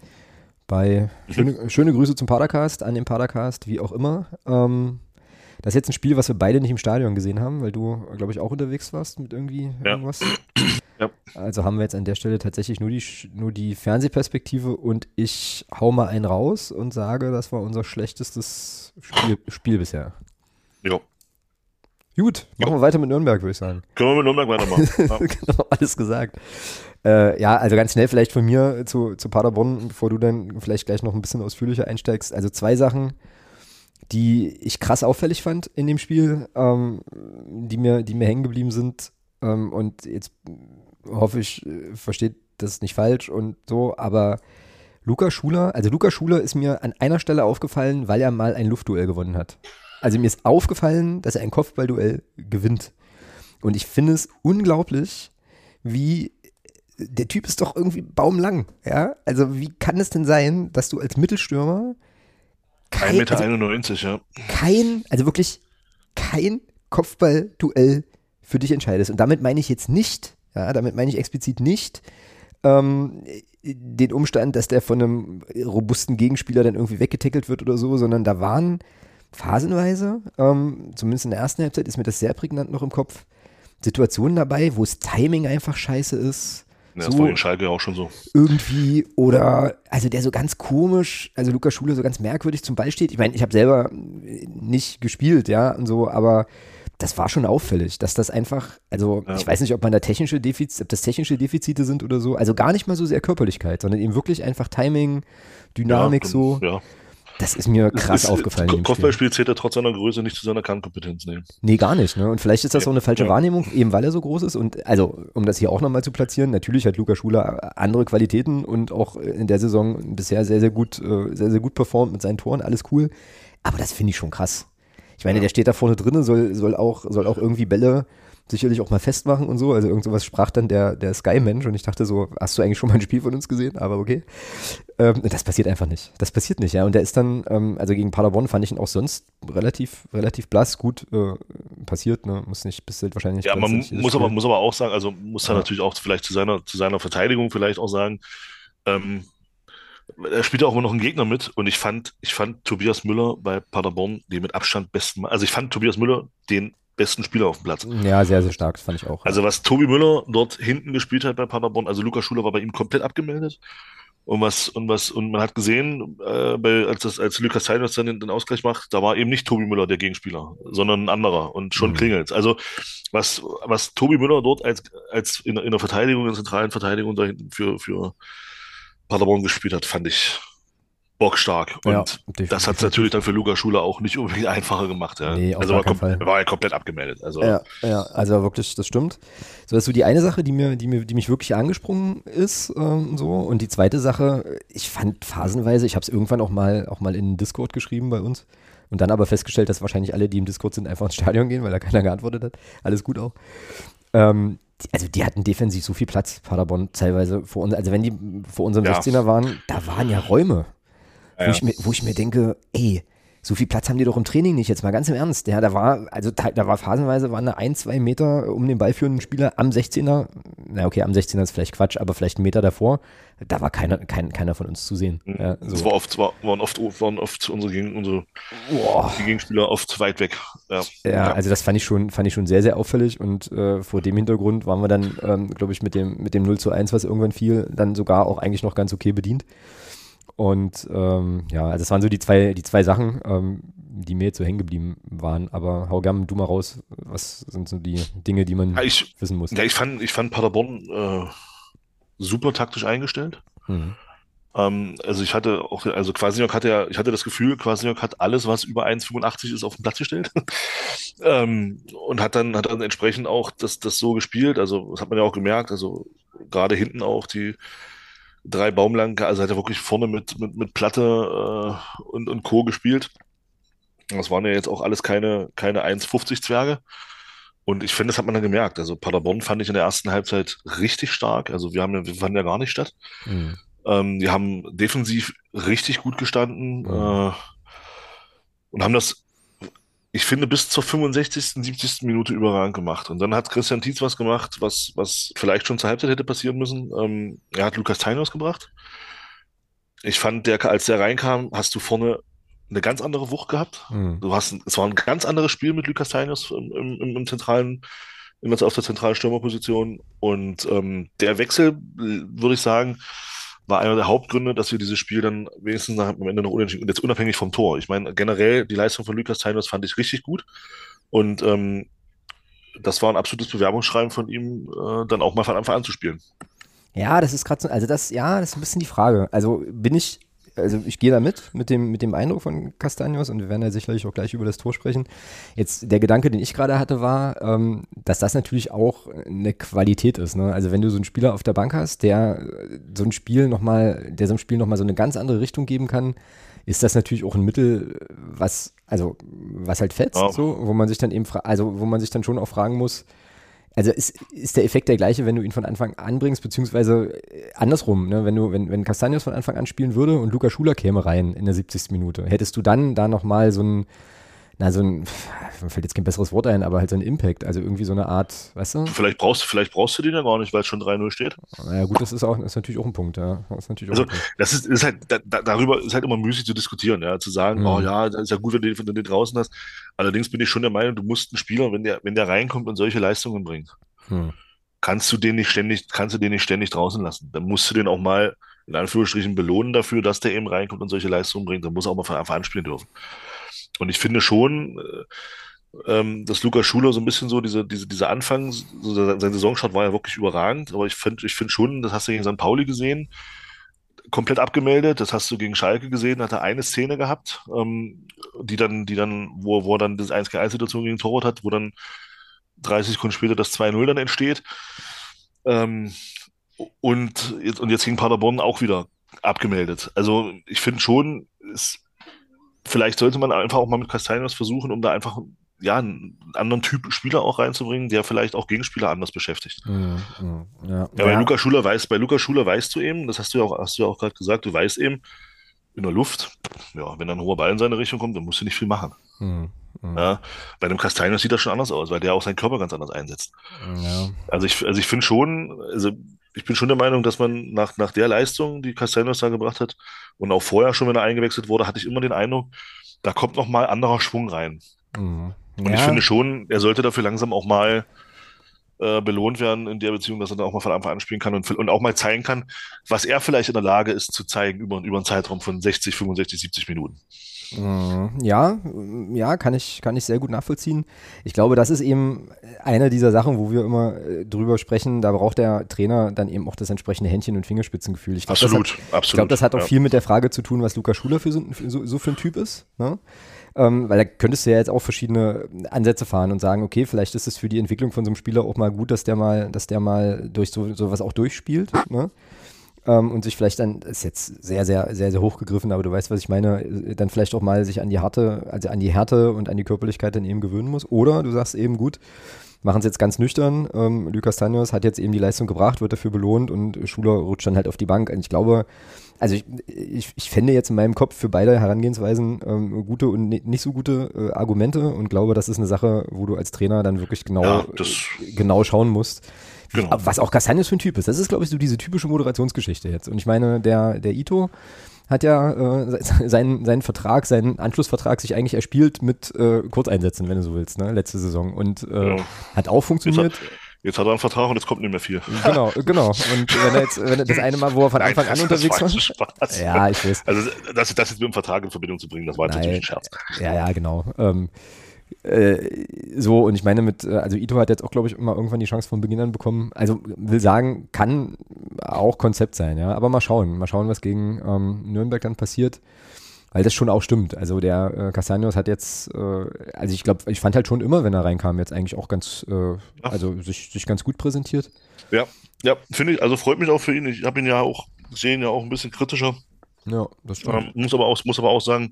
Schöne Grüße zum Padercast, an den Padercast, wie auch immer. Das ist jetzt ein Spiel, was wir beide nicht im Stadion gesehen haben, weil du, glaube ich, auch unterwegs warst mit irgendwas. Ja. Also haben wir jetzt an der Stelle tatsächlich nur die Fernsehperspektive und ich hau mal einen raus und sage, das war unser schlechtestes Spiel bisher. Ja. Gut, machen wir weiter mit Nürnberg, würde ich sagen. Können wir mit Nürnberg weitermachen. Ja. Genau, alles gesagt. Ja, also ganz schnell vielleicht von mir zu Paderborn, bevor du dann vielleicht gleich noch ein bisschen ausführlicher einsteigst. Also 2 Sachen, die ich krass auffällig fand in dem Spiel, die mir hängen geblieben sind. Und jetzt hoffe ich, versteht das nicht falsch und so, aber Lukas Schuler ist mir an einer Stelle aufgefallen, weil er mal ein Luftduell gewonnen hat. Also mir ist aufgefallen, dass er ein Kopfballduell gewinnt. Und ich finde es unglaublich, wie der Typ ist doch irgendwie baumlang, ja? Also wie kann es denn sein, dass du als Mittelstürmer 1,91 Meter, ja. Also wirklich kein Kopfballduell für dich entscheidest. Und damit meine ich jetzt nicht, damit meine ich explizit nicht den Umstand, dass der von einem robusten Gegenspieler dann irgendwie weggetackelt wird oder so, sondern da waren phasenweise, zumindest in der ersten Halbzeit ist mir das sehr prägnant noch im Kopf, Situationen dabei, wo das Timing einfach scheiße ist. Ja, das war in Schalke auch schon so. Irgendwie, oder, also der so ganz komisch, also Lukas Schuler so ganz merkwürdig zum Ball steht. Ich meine, ich habe selber nicht gespielt, ja, und so, aber das war schon auffällig, dass das einfach, also ich weiß nicht, ob das technische Defizite sind oder so, also gar nicht mal so sehr Körperlichkeit, sondern eben wirklich einfach Timing, Dynamik so. Ja. Das ist mir krass aufgefallen. Kopfballspiel zählt er trotz seiner Größe nicht zu seiner Kernkompetenz. Nee, gar nicht. Ne? Und vielleicht ist das auch eine falsche Wahrnehmung, eben weil er so groß ist. Und also, um das hier auch nochmal zu platzieren, natürlich hat Lukas Schuler andere Qualitäten und auch in der Saison bisher sehr, sehr gut performt mit seinen Toren, alles cool. Aber das finde ich schon krass. Ich meine, der steht da vorne drin, soll auch irgendwie Bälle sicherlich auch mal festmachen und so. Also irgend sowas sprach dann der Sky-Mensch und ich dachte so, hast du eigentlich schon mal ein Spiel von uns gesehen? Aber okay. Das passiert einfach nicht. Das passiert nicht, ja. Und der ist dann, also gegen Paderborn fand ich ihn auch sonst relativ blass, gut passiert, ne? Bist halt wahrscheinlich. Ja, man muss aber auch sagen, also muss er natürlich auch vielleicht zu seiner Verteidigung vielleicht auch sagen, er spielt ja auch immer noch einen Gegner mit und ich fand Tobias Müller bei Paderborn den mit Abstand besten, also ich fand Tobias Müller den besten Spieler auf dem Platz. Ja, sehr, sehr stark, fand ich auch. Also was Tobi Müller dort hinten gespielt hat bei Paderborn, also Lukas Schuler war bei ihm komplett abgemeldet und man hat gesehen, als Lukas Seidel den Ausgleich macht, da war eben nicht Tobi Müller der Gegenspieler, sondern ein anderer und schon klingelt's. Also was Tobi Müller dort als in der Verteidigung, in der zentralen Verteidigung da hinten für Paderborn gespielt hat, fand ich bockstark. Ja, Und das hat es natürlich definitiv. dann für Luca Schuler auch nicht unbedingt einfacher gemacht. Ja. Nee, auf Also gar keinen Fall. war ja komplett abgemeldet. Also, Ja, ja, also wirklich, das stimmt. So, das ist so die eine Sache, die mich wirklich angesprungen ist, so. Und die zweite Sache, ich fand phasenweise, ich habe es irgendwann auch mal in den Discord geschrieben bei uns und dann aber festgestellt, dass wahrscheinlich alle, die im Discord sind, einfach ins Stadion gehen, weil da keiner geantwortet hat. Alles gut auch. Also die hatten defensiv so viel Platz, Paderborn teilweise vor uns, also wenn die vor unserem ja, 16er waren, da waren ja Räume, ja. wo ich mir denke, ey, so viel Platz haben die doch im Training nicht, jetzt mal ganz im Ernst. Ja, da war phasenweise waren da 1, 2 Meter um den Ball führenden Spieler am 16er, na okay, am 16er ist vielleicht Quatsch, aber vielleicht einen Meter davor, da war keiner von uns zu sehen. Ja, Es so. war oft, waren oft Boah. die Gegenspieler oft weit weg. Ja, Ja, ja. also das fand ich schon sehr, sehr auffällig und vor dem Hintergrund waren wir dann, glaube ich, mit dem 0:1, was irgendwann fiel, dann sogar auch eigentlich noch ganz okay bedient. Und ja, also das waren so die zwei Sachen, die mir jetzt so hängen geblieben waren. Aber hau gern du mal raus, was sind so die Dinge, die Ja, man wissen muss? ich fand Paderborn super taktisch eingestellt. Mhm. Also ich hatte auch, also Kwasniok hatte ja, ich hatte das Gefühl, Kwasniok hat alles, was über 1,85 ist, auf den Platz gestellt. Und hat dann entsprechend auch das so gespielt. Also, das hat man ja auch gemerkt. Also, gerade hinten auch die drei Baumlanken, also hat er wirklich vorne mit Platte und Co. gespielt. Das waren ja jetzt auch alles keine 1,50 Zwerge. Und ich finde, das hat man dann gemerkt. Also Paderborn fand ich in der ersten Halbzeit richtig stark. Also wir fanden ja gar nicht statt. Mhm. Die haben defensiv richtig gut gestanden Mhm. und haben das, ich finde, bis zur 65., 70. Minute überragend gemacht. Und dann hat Christian Tietz was gemacht, was vielleicht schon zur Halbzeit hätte passieren müssen. Er hat Lukas Teiners gebracht. Ich fand, als der reinkam, hast du vorne eine ganz andere Wucht gehabt. Mhm. Es war ein ganz anderes Spiel mit Lukas Teiners im zentralen, immer auf der zentralen Stürmerposition. Und der Wechsel, würde ich sagen, war einer der Hauptgründe, dass wir dieses Spiel dann wenigstens am Ende noch unentschieden, und jetzt unabhängig vom Tor. Ich meine, generell die Leistung von Lukas Teiners fand ich richtig gut. Und das war ein absolutes Bewerbungsschreiben von ihm, dann auch mal von Anfang an zu spielen. Ja, das ist gerade so, also das, ja, das ist ein bisschen die Frage. Also ich gehe da mit dem Eindruck von Castaños und wir werden ja sicherlich auch gleich über das Tor sprechen. Jetzt der Gedanke, den ich gerade hatte, war, dass das natürlich auch eine Qualität ist. Ne? Also wenn du so einen Spieler auf der Bank hast, der so ein Spiel der so einem Spiel nochmal so eine ganz andere Richtung geben kann, ist das natürlich auch ein Mittel, was halt fetzt, Ja, so, wo man sich dann wo man sich dann schon auch fragen muss, also ist der Effekt der gleiche, wenn du ihn von Anfang an bringst, beziehungsweise andersrum, ne? Wenn Castaños von Anfang an spielen würde und Luca Schuler käme rein in der 70. Minute, hättest du dann da nochmal mir fällt jetzt kein besseres Wort ein, aber halt so ein Impact, also irgendwie so eine Art, weißt du? vielleicht brauchst du den ja gar nicht, weil es schon 3:0 steht. Naja gut, ist natürlich auch ein Punkt, ja. Das ist natürlich auch Also, ein Punkt. ist halt, darüber ist halt immer müßig zu diskutieren, ja, zu sagen, oh Hm, ja, das ist ja gut, wenn du den draußen hast. Allerdings bin ich schon der Meinung, du musst einen Spieler, wenn der reinkommt und solche Leistungen bringt, hm, kannst du den nicht ständig draußen lassen. Dann musst du den auch mal in Anführungsstrichen belohnen dafür, dass der eben reinkommt und solche Leistungen bringt. Dann muss er auch mal von Anfang an spielen dürfen. Und ich finde schon, dass Lukas Schuler so ein bisschen so diese Anfang, so sein Saisonstart war ja wirklich überragend, aber ich finde schon, das hast du gegen St. Pauli gesehen, komplett abgemeldet. Das hast du gegen Schalke gesehen, hat er eine Szene gehabt, wo er dann das 1 gegen 1 Situation gegen Torwart hat, wo dann 30 Sekunden später das 2:0 dann entsteht. Ähm, und jetzt gegen Paderborn auch wieder abgemeldet. Also ich finde schon, vielleicht sollte man einfach auch mal mit Castellanos versuchen, um da einfach ja, einen anderen Typ Spieler auch reinzubringen, der vielleicht auch Gegenspieler anders beschäftigt. ja, Ja, naja, Bei Lukas Schuler weißt du eben, das hast du ja auch gerade gesagt, du weißt eben, in der Luft, ja, wenn dann ein hoher Ball in seine Richtung kommt, dann musst du nicht viel machen. hm, hm, Ja, bei dem Castellanos sieht das schon anders aus, weil der auch seinen Körper ganz anders einsetzt. ja, Also ich finde schon, also ich bin schon der Meinung, dass man nach der Leistung, die Castellanos da gebracht hat, und auch vorher schon, wenn er eingewechselt wurde, hatte ich immer den Eindruck, da kommt noch mal anderer Schwung rein. Und ich finde ja, schon, er sollte dafür langsam auch mal belohnt werden in der Beziehung, dass er dann auch mal von Anfang an spielen kann und auch mal zeigen kann, was er vielleicht in der Lage ist zu zeigen über einen Zeitraum von 60, 65, 70 Minuten. Ja, kann ich sehr gut nachvollziehen. Ich glaube, das ist eben eine dieser Sachen, wo wir immer drüber sprechen. Da braucht der Trainer dann eben auch das entsprechende Händchen- und Fingerspitzengefühl. Ich glaube, das hat auch viel mit der Frage zu tun, was Lukas Schuler so für ein Typ ist. Ne? Weil da könntest du ja jetzt auch verschiedene Ansätze fahren und sagen, okay, vielleicht ist es für die Entwicklung von so einem Spieler auch mal gut, dass der mal durch sowas auch durchspielt. Ne? Und sich vielleicht dann, ist jetzt sehr, sehr, sehr, sehr hochgegriffen, aber du weißt, was ich meine, dann vielleicht auch mal sich an die Härte und an die Körperlichkeit dann eben gewöhnen muss. Oder du sagst eben, gut, machen es jetzt ganz nüchtern. Lucas Tanios hat jetzt eben die Leistung gebracht, wird dafür belohnt und Schuler rutscht dann halt auf die Bank. Und ich glaube, also ich fände jetzt in meinem Kopf für beide Herangehensweisen gute und nicht so gute Argumente und glaube, das ist eine Sache, wo du als Trainer dann wirklich genau schauen musst. Genau. Was auch Castagnos für ein Typ ist. Das ist, glaube ich, so diese typische Moderationsgeschichte jetzt. Und ich meine, der Ito hat ja seinen Anschlussvertrag sich eigentlich erspielt mit Kurzeinsätzen, wenn du so willst, ne? Letzte Saison. Und hat auch funktioniert. Jetzt hat er einen Vertrag und jetzt kommt nicht mehr viel. Genau. Und wenn er das eine Mal, wo er von Anfang an unterwegs war. Spaß. Ja, ich weiß. Also das jetzt mit dem Vertrag in Verbindung zu bringen, das war natürlich ein Scherz. Ja, genau. So, und ich meine also Ito hat jetzt auch, glaube ich, immer irgendwann die Chance von Beginn an bekommen. Also will sagen, kann auch Konzept sein, ja. Aber mal schauen, was gegen Nürnberg dann passiert. Weil das schon auch stimmt. Also der Castagnos hat jetzt, also ich fand halt schon immer, wenn er reinkam, jetzt eigentlich auch ganz, also sich ganz gut präsentiert. Ja, finde ich, also freut mich auch für ihn. Ich habe ihn ja auch, sehe ihn ja auch ein bisschen kritischer. Ja, das stimmt. Muss aber auch sagen,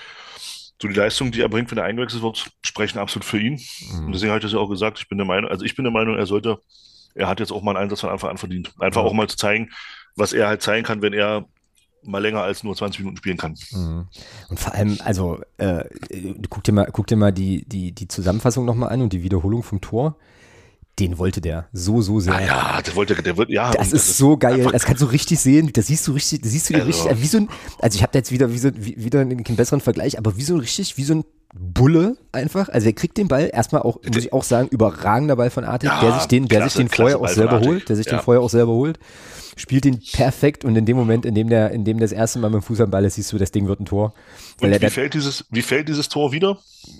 so die Leistungen, die er bringt, wenn er eingewechselt wird, sprechen absolut für ihn. Und deswegen habe ich das ja auch gesagt, ich bin der Meinung, er hat jetzt auch mal einen Einsatz von Anfang an verdient. Einfach auch mal zu zeigen, was er halt zeigen kann, wenn er mal länger als nur 20 Minuten spielen kann. Und vor allem, also guck dir mal die Zusammenfassung nochmal an und die Wiederholung vom Tor. Den wollte der so sehr. Ja, ja. Das ist so geil. Das kannst du richtig sehen. Das siehst du richtig, wie so ein, also ich habe da jetzt wieder einen besseren Vergleich, aber wie so ein Bulle einfach. Also er kriegt den Ball erstmal auch, muss ich auch sagen, überragender Ball von Artig, der sich den vorher auch selber holt. Spielt den perfekt und in dem Moment, in dem der das erste Mal mit dem Fuß am Ball ist, siehst du, das Ding wird ein Tor. Und wie fällt dieses Tor wieder?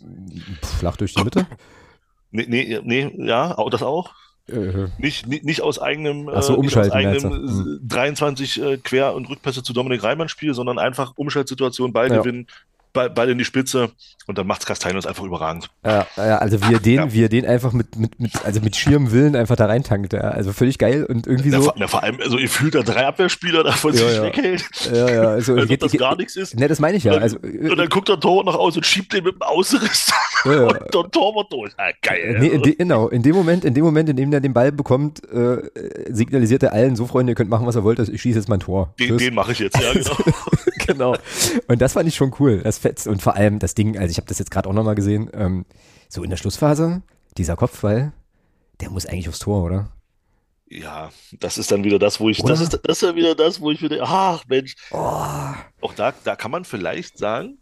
Flach durch die Mitte. Nee, ja, das auch. Nicht aus eigenem, umschalten, 23 Quer- und Rückpässe zu Dominik Reimann Spiel, sondern einfach Umschaltsituation, Ball gewinnen, Ball in die Spitze und dann macht's Castagnos einfach überragend. Ja, also wie er den einfach mit schierem Willen einfach da reintankt, ja. Also völlig geil und irgendwie so. Vor allem, also ihr fühlt da 3 Abwehrspieler davon sich weghält. Ja. Also, als ob das gar nichts ist. Ne, das meine ich ja. Und dann guckt der Torwart nach außen und schiebt den mit dem Außenriss und der Torwart durch. Geil. In dem Moment, in dem er den Ball bekommt, signalisiert er allen, so Freunde, ihr könnt machen, was ihr wollt, ich schieße jetzt mein Tor. Den mache ich jetzt, ja, genau. Genau. Und das fand ich schon cool. Das fetzt. Und vor allem das Ding, also ich habe das jetzt gerade auch nochmal gesehen, so in der Schlussphase, dieser Kopfball, der muss eigentlich aufs Tor, oder? Ja, das ist dann wieder das, wo ich, das ist ja wieder das, wo ich wieder, ach Mensch. Oh. Auch da kann man vielleicht sagen,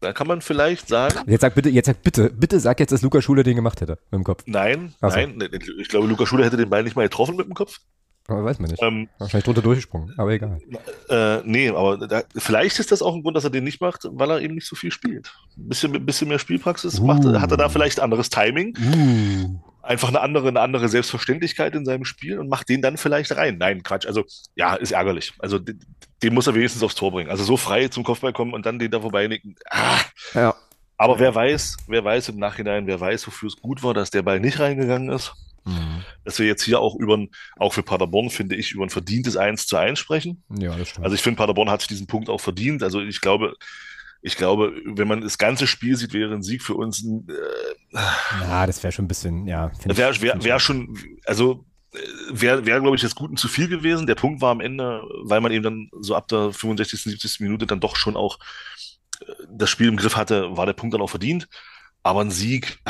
Jetzt sag bitte sag jetzt, dass Lukas Schuler den gemacht hätte mit dem Kopf. Nein, ich glaube, Lukas Schuler hätte den Ball nicht mal getroffen mit dem Kopf. Aber weiß man nicht. Wahrscheinlich drunter durchgesprungen, aber egal. Nee, aber vielleicht ist das auch ein Grund, dass er den nicht macht, weil er eben nicht so viel spielt. Ein bisschen mehr Spielpraxis hat er da vielleicht anderes Timing. Einfach eine andere Selbstverständlichkeit in seinem Spiel und macht den dann vielleicht rein. Nein, Quatsch. Also, ja, ist ärgerlich. Also, den muss er wenigstens aufs Tor bringen. Also, so frei zum Kopfball kommen und dann den da vorbeinicken. Ja. Aber wer weiß im Nachhinein, wofür es gut war, dass der Ball nicht reingegangen ist. Dass wir jetzt hier auch für Paderborn, finde ich, über ein verdientes 1:1 sprechen. Ja, das stimmt. Also ich finde, Paderborn hat sich diesen Punkt auch verdient. Also ich glaube, wenn man das ganze Spiel sieht, wäre ein Sieg für uns ja, das wäre schon ein bisschen, ja. Wäre schon, also wäre, glaube ich, jetzt gut und zu viel gewesen. Der Punkt war am Ende, weil man eben dann so ab der 65., 70. Minute dann doch schon auch das Spiel im Griff hatte, war der Punkt dann auch verdient. Aber ein Sieg,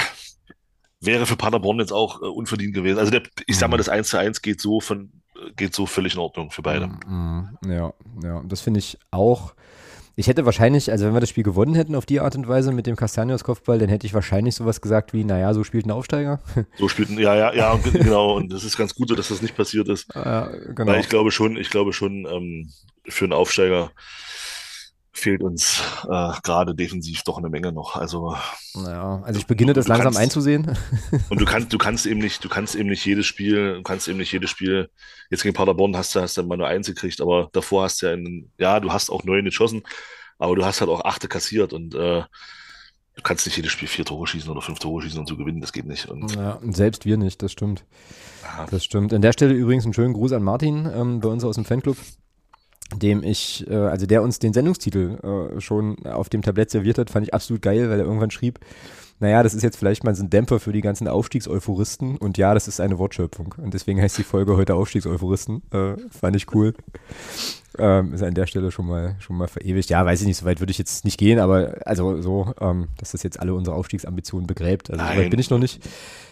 wäre für Paderborn jetzt auch unverdient gewesen. Also ich sag mal, das 1:1 geht so völlig in Ordnung für beide. Ja, das finde ich auch. Ich hätte wahrscheinlich, also wenn wir das Spiel gewonnen hätten auf die Art und Weise mit dem Castagnos Kopfball, dann hätte ich wahrscheinlich sowas gesagt wie, naja, so spielt ein Aufsteiger. Ja, genau. Und das ist ganz gut, dass das nicht passiert ist. Genau. Weil ich glaube schon, für einen Aufsteiger fehlt uns gerade defensiv doch eine Menge noch. Also Naja, also ich beginne das du langsam kannst einzusehen. und du kannst eben nicht jedes Spiel, jetzt gegen Paderborn hast du mal nur eins gekriegt, aber davor hast du ja, du hast auch 9 geschossen, aber du hast halt auch 8 kassiert und du kannst nicht jedes Spiel 4 Tore schießen oder 5 Tore schießen und so gewinnen, das geht nicht. Und Ja, und selbst wir nicht, das stimmt. ja, Das stimmt. An der Stelle übrigens einen schönen Gruß an Martin bei uns aus dem Fanclub, also der uns den Sendungstitel schon auf dem Tablett serviert hat, fand ich absolut geil, weil er irgendwann schrieb, naja, das ist jetzt vielleicht mal so ein Dämpfer für die ganzen Aufstiegseuphoristen und ja, das ist eine Wortschöpfung und deswegen heißt die Folge heute Aufstiegseuphoristen. Fand ich cool. Ist an der Stelle schon mal verewigt. Ja, weiß ich nicht, so weit würde ich jetzt nicht gehen, aber also so, dass das jetzt alle unsere Aufstiegsambitionen begräbt. Also so weit bin ich noch nicht.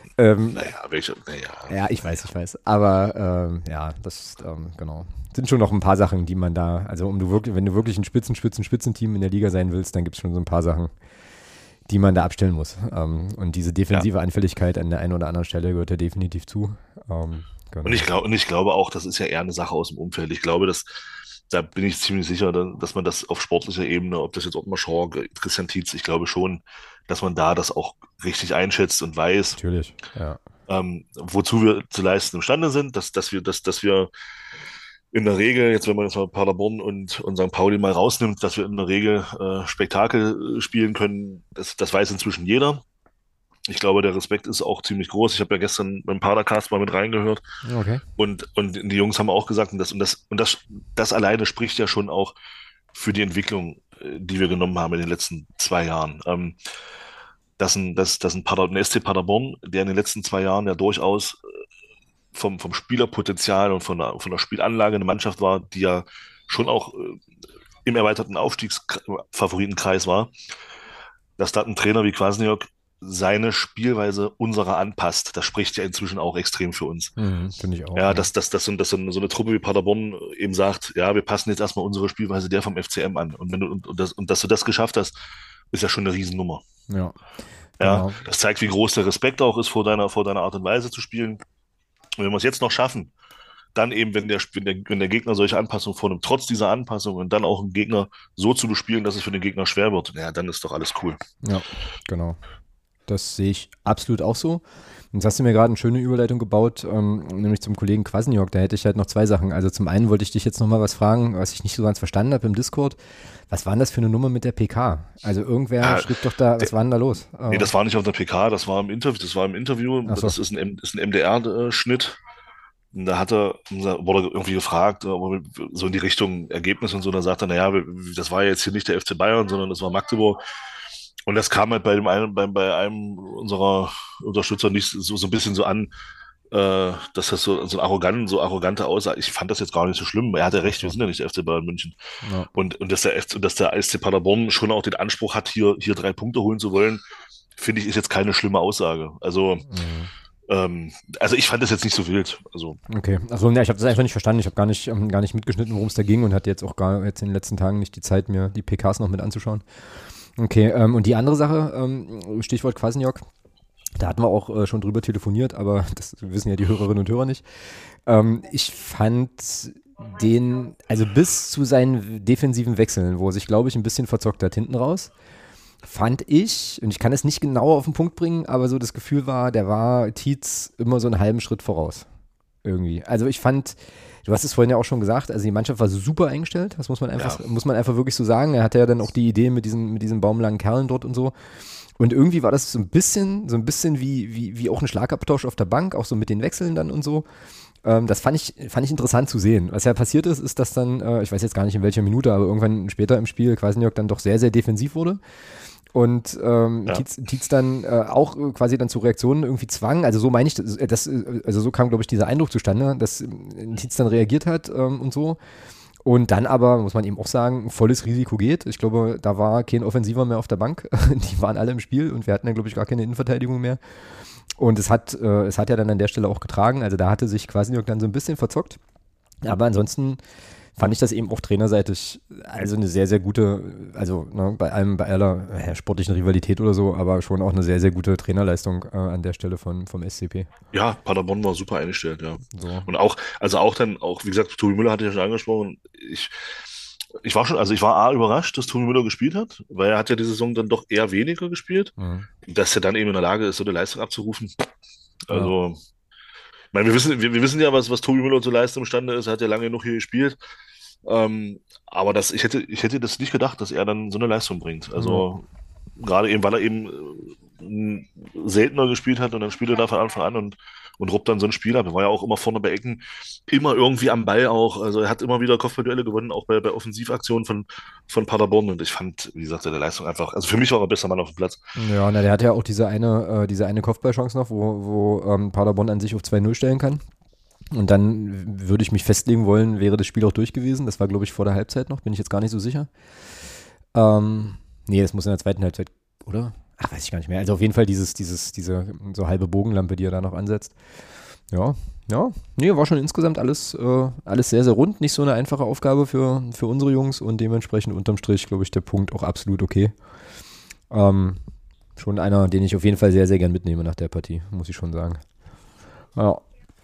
Ja, ich weiß. Aber ja, das, genau. Sind schon noch ein paar Sachen, die man da, also wenn du wirklich ein Spitzenteam in der Liga sein willst, dann gibt es schon so ein paar Sachen, die man da abstellen muss. Und diese defensive Anfälligkeit an der einen oder anderen Stelle gehört ja definitiv zu. Genau. und ich glaube auch, das ist ja eher eine Sache aus dem Umfeld. Ich glaube, da bin ich ziemlich sicher, dass man das auf sportlicher Ebene, ob das jetzt Ottmar Schork, Christian Tietz, ich glaube schon, dass man da das auch richtig einschätzt und weiß, Natürlich, ja. wozu wir zu leisten imstande sind, dass wir in der Regel, jetzt wenn man jetzt mal Paderborn und St. Pauli mal rausnimmt, dass wir in der Regel Spektakel spielen können, das weiß inzwischen jeder. Ich glaube, der Respekt ist auch ziemlich groß. Ich habe ja gestern beim Padercast mal mit reingehört Okay. und die Jungs haben auch gesagt, das alleine spricht ja schon auch für die Entwicklung, die wir genommen haben in den letzten 2 Jahren. Ein SC Paderborn, der in den letzten 2 Jahren ja durchaus vom Spielerpotenzial und von der Spielanlage eine Mannschaft war, die ja schon auch im erweiterten Aufstiegsfavoritenkreis war, dass da ein Trainer wie Kwasniok seine Spielweise unserer anpasst. Das spricht ja inzwischen auch extrem für uns. Finde ich auch. Ja, Ja. so eine Truppe wie Paderborn eben sagt, ja, wir passen jetzt erstmal unsere Spielweise der vom FCM an. Und dass du das geschafft hast, ist ja schon eine Riesennummer. Ja, Ja, genau. das zeigt, wie groß der Respekt auch ist vor deiner Art und Weise zu spielen. Und wenn wir es jetzt noch schaffen, dann eben, wenn der Gegner solche Anpassungen vornimmt, trotz dieser Anpassung und dann auch einen Gegner so zu bespielen, dass es für den Gegner schwer wird, ja, dann ist doch alles cool. Ja, genau. Das sehe ich absolut auch so. Jetzt hast du mir gerade eine schöne Überleitung gebaut, nämlich zum Kollegen Kwasniok. Da hätte ich halt noch 2 Sachen. Also zum einen wollte ich dich jetzt noch mal was fragen, was ich nicht so ganz verstanden habe im Discord. Was war denn das für eine Nummer mit der PK? Also irgendwer schrieb doch da, was war denn da los? Nee, das war nicht auf der PK, das war im Interview. Ach so. Das ist ein MDR-Schnitt. Und wurde irgendwie gefragt, so in die Richtung Ergebnis und so. Und dann sagt er, naja, das war jetzt hier nicht der FC Bayern, sondern das war Magdeburg. Und das kam halt bei einem unserer Unterstützer nicht so ein bisschen so an, dass das so arrogante Aussage. Ich fand das jetzt gar nicht so schlimm. Er hatte recht, wir sind ja nicht der FC Bayern München. Ja. Und dass der SC Paderborn schon auch den Anspruch hat, hier 3 Punkte holen zu wollen, finde ich, ist jetzt keine schlimme Aussage. Also ich fand das jetzt nicht so wild. Also, Okay, also ne, ich habe das einfach nicht verstanden. Ich habe gar nicht mitgeschnitten, worum es da ging und hatte jetzt auch jetzt in den letzten Tagen nicht die Zeit, mir die PKs noch mit anzuschauen. Okay, und die andere Sache, Stichwort Kwasniok, da hatten wir auch schon drüber telefoniert, aber das wissen ja die Hörerinnen und Hörer nicht. Ich fand also bis zu seinen defensiven Wechseln, wo er sich, glaube ich, ein bisschen verzockt hat hinten raus, fand ich, und ich kann es nicht genau auf den Punkt bringen, aber so das Gefühl war, der war Tietz immer so einen halben Schritt voraus. Irgendwie. Also ich fand, du hast es vorhin ja auch schon gesagt, also die Mannschaft war super eingestellt, das muss man einfach wirklich so sagen. Er hatte ja dann auch die Idee mit diesen baumlangen Kerlen dort und so. Und irgendwie war das so ein bisschen wie auch ein Schlagabtausch auf der Bank, auch so mit den Wechseln dann und so. Das fand ich interessant zu sehen. Was ja passiert ist, dass dann, ich weiß jetzt gar nicht in welcher Minute, aber irgendwann später im Spiel Kwasniok dann doch sehr, sehr defensiv wurde. Und Tietz dann auch quasi dann zu Reaktionen irgendwie zwang, also so meine ich, also so kam, glaube ich, dieser Eindruck zustande, dass Tietz dann reagiert hat und so. Und dann aber, muss man eben auch sagen, volles Risiko geht. Ich glaube, da war kein Offensiver mehr auf der Bank. Die waren alle im Spiel und wir hatten dann, glaube ich, gar keine Innenverteidigung mehr. Und es hat ja dann an der Stelle auch getragen. Also da hatte sich Kwasniok dann so ein bisschen verzockt. Aber ansonsten fand ich das eben auch trainerseitig also eine sehr, sehr gute, also ne, bei aller sportlichen Rivalität oder so, aber schon auch eine sehr, sehr gute Trainerleistung an der Stelle vom SCP. ja, Paderborn war super eingestellt, ja. So. Und auch, wie gesagt, Tobi Müller hatte ich ja schon angesprochen. Also ich war A überrascht, dass Tobi Müller gespielt hat, weil er hat ja die Saison dann doch eher weniger gespielt. Mhm. Dass er dann eben in der Lage ist, so eine Leistung abzurufen. Ja. Also, ich meine, wir wissen ja, was Tobi Müller zu leisten imstande ist. Er hat ja lange genug hier gespielt. Aber ich hätte das nicht gedacht, dass er dann so eine Leistung bringt. Ja. Also, gerade eben, weil er eben seltener gespielt hat und dann spielt er da von Anfang an und ruppt dann so ein Spiel ab. Er war ja auch immer vorne bei Ecken, immer irgendwie am Ball auch. Also er hat immer wieder Kopfballduelle gewonnen, auch bei Offensivaktionen von Paderborn. Und ich fand, wie gesagt, seine Leistung einfach, also für mich war er bester Mann auf dem Platz. Ja, na, der hat ja auch diese eine Kopfballchance noch, wo Paderborn an sich auf 2-0 stellen kann. Und dann würde ich mich festlegen wollen, wäre das Spiel auch durch gewesen. Das war, glaube ich, vor der Halbzeit noch, bin ich jetzt gar nicht so sicher. Nee, das muss in der zweiten Halbzeit, oder? Ach, weiß ich gar nicht mehr. Also auf jeden Fall diese so halbe Bogenlampe, die er da noch ansetzt. Ja, ja. Nee, war schon insgesamt alles sehr, sehr rund. Nicht so eine einfache Aufgabe für unsere Jungs und dementsprechend unterm Strich, glaube ich, der Punkt auch absolut okay. Ähm, Schon einer, den ich auf jeden Fall sehr, sehr gern mitnehme nach der Partie, muss ich schon sagen. Ja.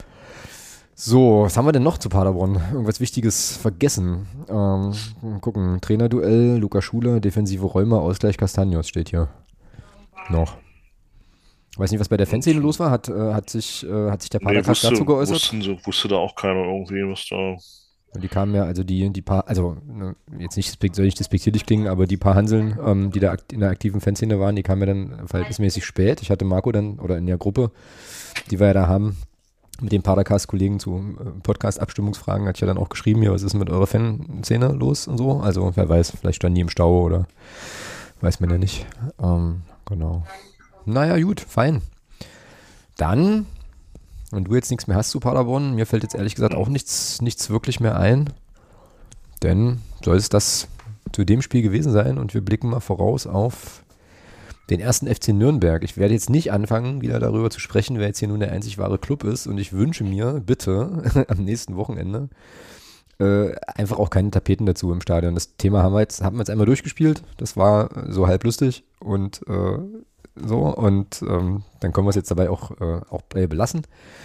So, was haben wir denn noch zu Paderborn? Irgendwas Wichtiges vergessen. Gucken, Trainerduell, Luca Schuler, defensive Räume, Ausgleich Castagnos steht hier noch. Weiß nicht, was bei der Fanszene los war. Hat sich der Nee, Padercast dazu geäußert? wusste da auch keiner irgendwie, was da. Die kamen ja, also die paar, also ne, jetzt nicht, soll nicht despektierlich klingen, aber die paar Hanseln, die da in der aktiven Fanszene waren, die kamen ja dann verhältnismäßig spät. Ich hatte Marco dann, oder in der Gruppe, die wir ja da haben, mit den Padercast-Kollegen zu Podcast-Abstimmungsfragen, hatte ich ja dann auch geschrieben, hier, was ist mit eurer Fanszene los und so. Also wer weiß, vielleicht standen die im Stau oder weiß man ja nicht. Genau. Naja, gut, fein. Dann, wenn du jetzt nichts mehr hast zu Paderborn, mir fällt jetzt ehrlich gesagt auch nichts wirklich mehr ein, denn soll es das zu dem Spiel gewesen sein und wir blicken mal voraus auf den ersten FC Nürnberg. Ich werde jetzt nicht anfangen, wieder darüber zu sprechen, wer jetzt hier nun der einzig wahre Club ist und ich wünsche mir bitte am nächsten Wochenende einfach auch keine Tapeten dazu im Stadion. Das Thema haben wir jetzt einmal durchgespielt, das war so halb lustig und so und dann können wir es jetzt dabei auch belassen.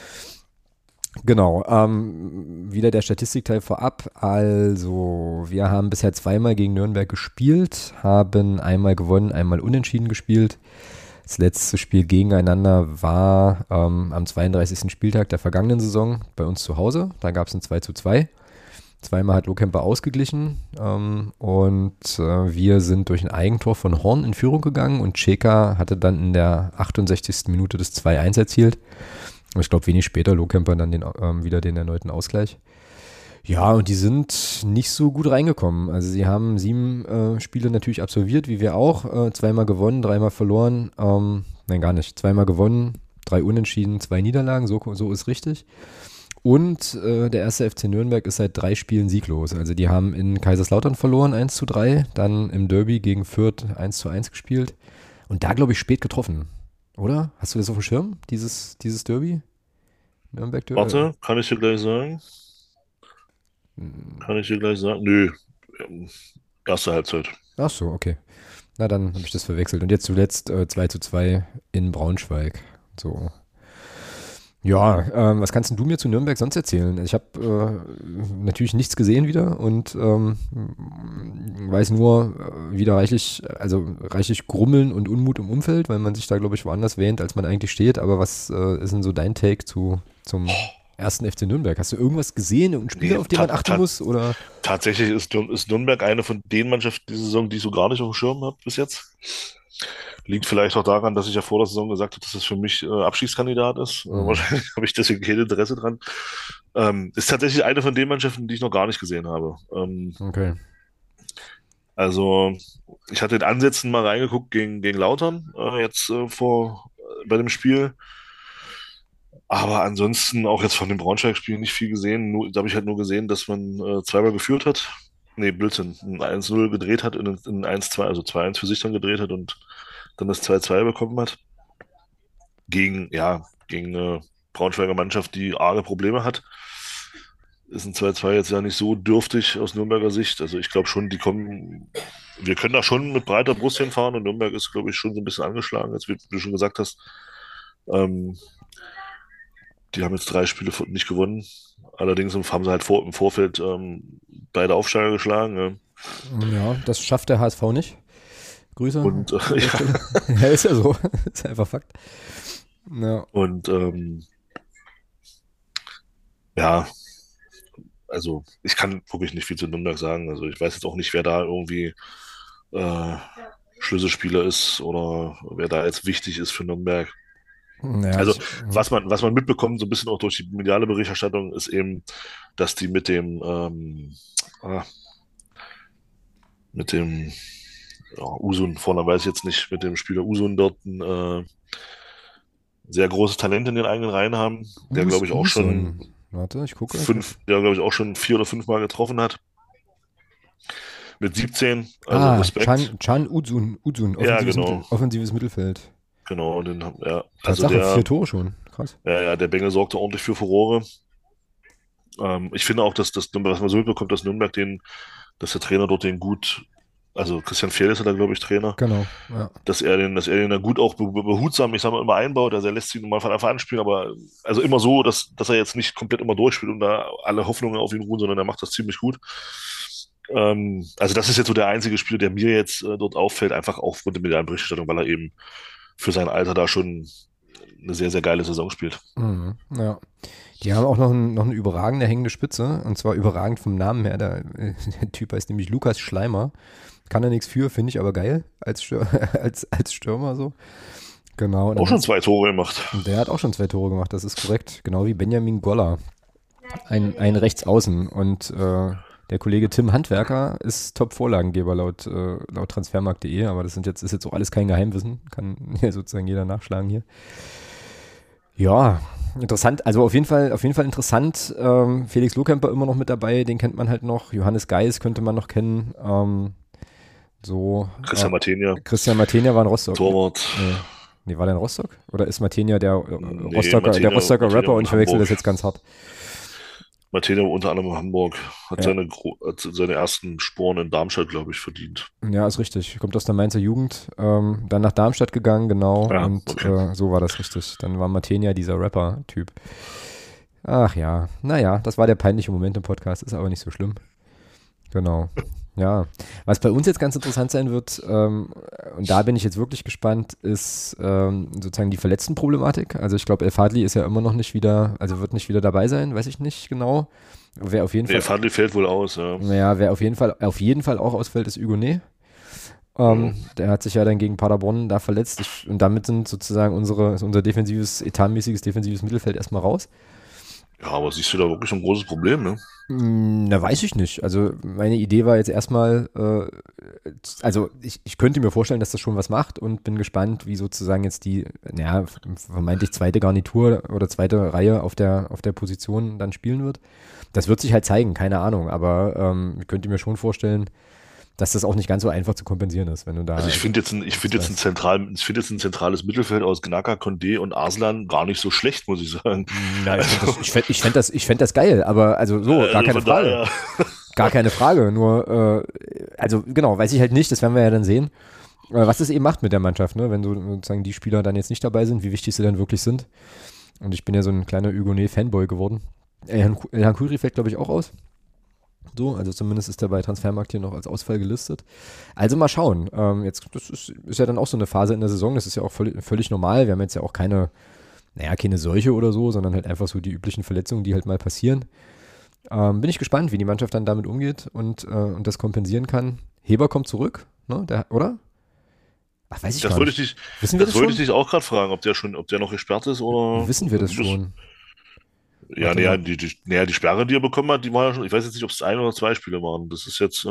Genau, wieder der Statistikteil vorab. Also, wir haben bisher zweimal gegen Nürnberg gespielt, haben einmal gewonnen, einmal unentschieden gespielt. Das letzte Spiel gegeneinander war am 32. Spieltag der vergangenen Saison bei uns zu Hause. Da gab es ein 2:2. Zweimal hat Lohkemper ausgeglichen und wir sind durch ein Eigentor von Horn in Führung gegangen und Ceka hatte dann in der 68. Minute das 2:1 erzielt. Ich glaube, wenig später Lohkemper dann wieder den erneuten Ausgleich. Ja, und die sind nicht so gut reingekommen. Also sie haben 7 Spiele natürlich absolviert, wie wir auch. Zweimal gewonnen, dreimal verloren. Nein, gar nicht. Zweimal gewonnen, 3 Unentschieden, 2 Niederlagen. So ist richtig. Und der erste FC Nürnberg ist seit 3 Spielen sieglos. Also die haben in Kaiserslautern verloren, 1:3. Dann im Derby gegen Fürth 1:1 gespielt. Und da, glaube ich, spät getroffen. Oder? Hast du das auf dem Schirm, dieses Derby? Nürnberg-Derby? Warte, kann ich dir gleich sagen? Kann ich dir gleich sagen? Nö. Ähm, Erste Halbzeit. Ach so, okay. Na, dann habe ich das verwechselt. Und jetzt zuletzt 2:2 in Braunschweig. So. Ja, was kannst denn du mir zu Nürnberg sonst erzählen? Ich habe natürlich nichts gesehen wieder und weiß nur wieder reichlich Grummeln und Unmut im Umfeld, weil man sich da, glaube ich, woanders wähnt, als man eigentlich steht. Aber was ist denn so dein Take zum ersten FC Nürnberg? Hast du irgendwas gesehen, irgendein Spieler, Nee, auf den man achten muss? Oder? tatsächlich ist Nürnberg eine von den Mannschaften diese Saison, die ich so gar nicht auf dem Schirm habe bis jetzt. Liegt vielleicht auch daran, dass ich ja vor der Saison gesagt habe, dass das für mich Abstiegskandidat ist. Hm, Wahrscheinlich habe ich deswegen kein Interesse dran. Ist tatsächlich eine von den Mannschaften, die ich noch gar nicht gesehen habe. okay. Also ich hatte in Ansätzen mal reingeguckt gegen Lautern jetzt bei dem Spiel. Aber ansonsten auch jetzt von dem Braunschweig-Spiel nicht viel gesehen. Da habe ich halt nur gesehen, dass man zweimal geführt hat. Nee, Blödsinn. Ein 1:0 gedreht hat in 1:2, also 2:1 für sich dann gedreht hat und dann das 2:2 bekommen hat. Gegen eine Braunschweiger Mannschaft, die arge Probleme hat. Ist ein 2:2 jetzt ja nicht so dürftig aus Nürnberger Sicht. Also ich glaube schon, wir können da schon mit breiter Brust hinfahren und Nürnberg ist, glaube ich, schon so ein bisschen angeschlagen, wie du schon gesagt hast. Ähm, Die haben jetzt 3 Spiele nicht gewonnen. Allerdings haben sie halt im Vorfeld beide Aufsteiger geschlagen. Ja. Ja, das schafft der HSV nicht. Grüße an Und der ja, Stelle. Ja, ist ja so. Ist einfach Fakt. Ja. und ja, also ich kann wirklich nicht viel zu Nürnberg sagen. Also ich weiß jetzt auch nicht, wer da irgendwie äh, Schlüsselspieler ist oder wer da jetzt wichtig ist für Nürnberg. Ja, Also was man mitbekommt, so ein bisschen auch durch die mediale Berichterstattung, ist eben, dass die ah, mit dem ja, Usun, vorne weiß ich jetzt nicht, mit dem Spieler Usun dort ein sehr großes Talent in den eigenen Reihen haben, der glaube ich auch Usun. schon Warte, ich gucke. Ich muss. der glaube ich auch schon 4 oder 5 Mal getroffen hat. Mit 17, also Respekt. Chan Uzun, Ja, genau, offensives Mittelfeld. genau, ja, also Tatsache, 4 Tore schon. Krass. der Bengel sorgte ordentlich für Furore. Ich finde auch, dass Nürnberg, was man so mitbekommt, dass der Trainer dort den gut, also Christian Fjell ist ja da, glaube ich, Trainer, Genau, ja. dass er den da gut auch behutsam, ich sag mal, immer einbaut. Also er lässt ihn mal von Anfang an spielen, aber also immer so, dass er jetzt nicht komplett immer durchspielt und da alle Hoffnungen auf ihn ruhen, sondern er macht das ziemlich gut. Also das ist jetzt so der einzige Spieler, der mir jetzt dort auffällt, einfach aufgrund der medialen Berichterstattung, weil er eben für sein Alter da schon eine sehr, sehr geile Saison spielt. Mhm, ja. Die haben auch noch eine überragende hängende Spitze. Und zwar überragend vom Namen her. Der Typ heißt nämlich Lukas Schleimer. Kann er nichts für, finde ich aber geil. Als Stürmer so. Genau. Und Auch dann schon hast, 2 Tore gemacht. und der hat auch schon 2 Tore gemacht, das ist korrekt. Genau wie Benjamin Goller. Ein Rechtsaußen. Und der Kollege Tim Handwerker ist Top-Vorlagengeber laut Transfermarkt.de. Aber ist jetzt auch alles kein Geheimwissen. Kann ja sozusagen jeder nachschlagen hier. Ja, interessant. Also auf jeden Fall interessant. Felix Lohkemper immer noch mit dabei, den kennt man halt noch. Johannes Geis könnte man noch kennen. So, Christian Martinia, Christian Martinia war in Rostock. Torwart. Nee. Nee, war der in Rostock? Oder ist Martinia der Nee, Rostocker Martinia Rapper und in ich verwechsel Hamburg. das jetzt ganz hart. Martinia unter anderem in Hamburg. Hat Ja, seine ersten Sporen in Darmstadt, glaube ich, verdient. ja, ist richtig. Kommt aus der Mainzer Jugend. Dann nach Darmstadt gegangen, genau. Ja, Und okay. so war das richtig. Dann war Martinia dieser Rapper-Typ. Ach ja, naja, das war der peinliche Moment im Podcast, ist aber nicht so schlimm. Genau. Ja, was bei uns jetzt ganz interessant sein wird, und da bin ich jetzt wirklich gespannt, ist sozusagen die Verletztenproblematik. Also ich glaube, El Fadli ist ja immer noch nicht wieder, also wird nicht wieder dabei sein, weiß ich nicht genau. Wer auf jeden Nee, Fall, Fadli fällt wohl aus, ja. naja, wer auf jeden Fall auch ausfällt, ist Hugonet. Mhm. Der hat sich ja dann gegen Paderborn da verletzt und damit sind sozusagen unser etatmäßiges defensives Mittelfeld erstmal raus. Ja, aber siehst du da wirklich ein großes Problem, ne? Na, weiß ich nicht. Also meine Idee war jetzt erstmal, also ich könnte mir vorstellen, dass das schon was macht und bin gespannt, wie sozusagen jetzt die, naja, vermeintlich zweite Garnitur oder zweite Reihe auf der Position dann spielen wird. Das wird sich halt zeigen, keine Ahnung, aber ich könnte mir schon vorstellen, dass das auch nicht ganz so einfach zu kompensieren ist, wenn du da Also ich finde jetzt ein zentrales Mittelfeld aus Gnaka, Condé und Arslan gar nicht so schlecht, muss ich sagen. Na, Also, ich fänd das geil, aber also so, gar keine von Frage. daher, Gar keine Frage, nur, also genau, weiß ich halt nicht, das werden wir ja dann sehen, was das eben macht mit der Mannschaft, ne? Wenn so sozusagen die Spieler dann jetzt nicht dabei sind, wie wichtig sie dann wirklich sind. Und ich bin ja so ein kleiner Hugonet-Fanboy geworden. Elhan Khoury fällt, glaube ich, auch aus. So, also zumindest ist er bei Transfermarkt hier noch als Ausfall gelistet. Also mal schauen. Das ist ja dann auch so eine Phase in der Saison, das ist ja auch völlig normal. Wir haben jetzt ja auch keine Seuche oder so, sondern halt einfach so die üblichen Verletzungen, die halt mal passieren. Bin ich gespannt, wie die Mannschaft dann damit umgeht und das kompensieren kann. Heber kommt zurück, ne? Oder? Ach, weiß ich das gar wollte ich nicht. dich, Wissen wir das das wollte ich schon? dich auch gerade fragen, ob der noch gesperrt ist Wissen wir das schon? ja, Warte naja, mal. die Sperre, die er bekommen hat, die war ja schon, ich weiß jetzt nicht, ob es 1 oder 2 Spiele waren. Das ist jetzt,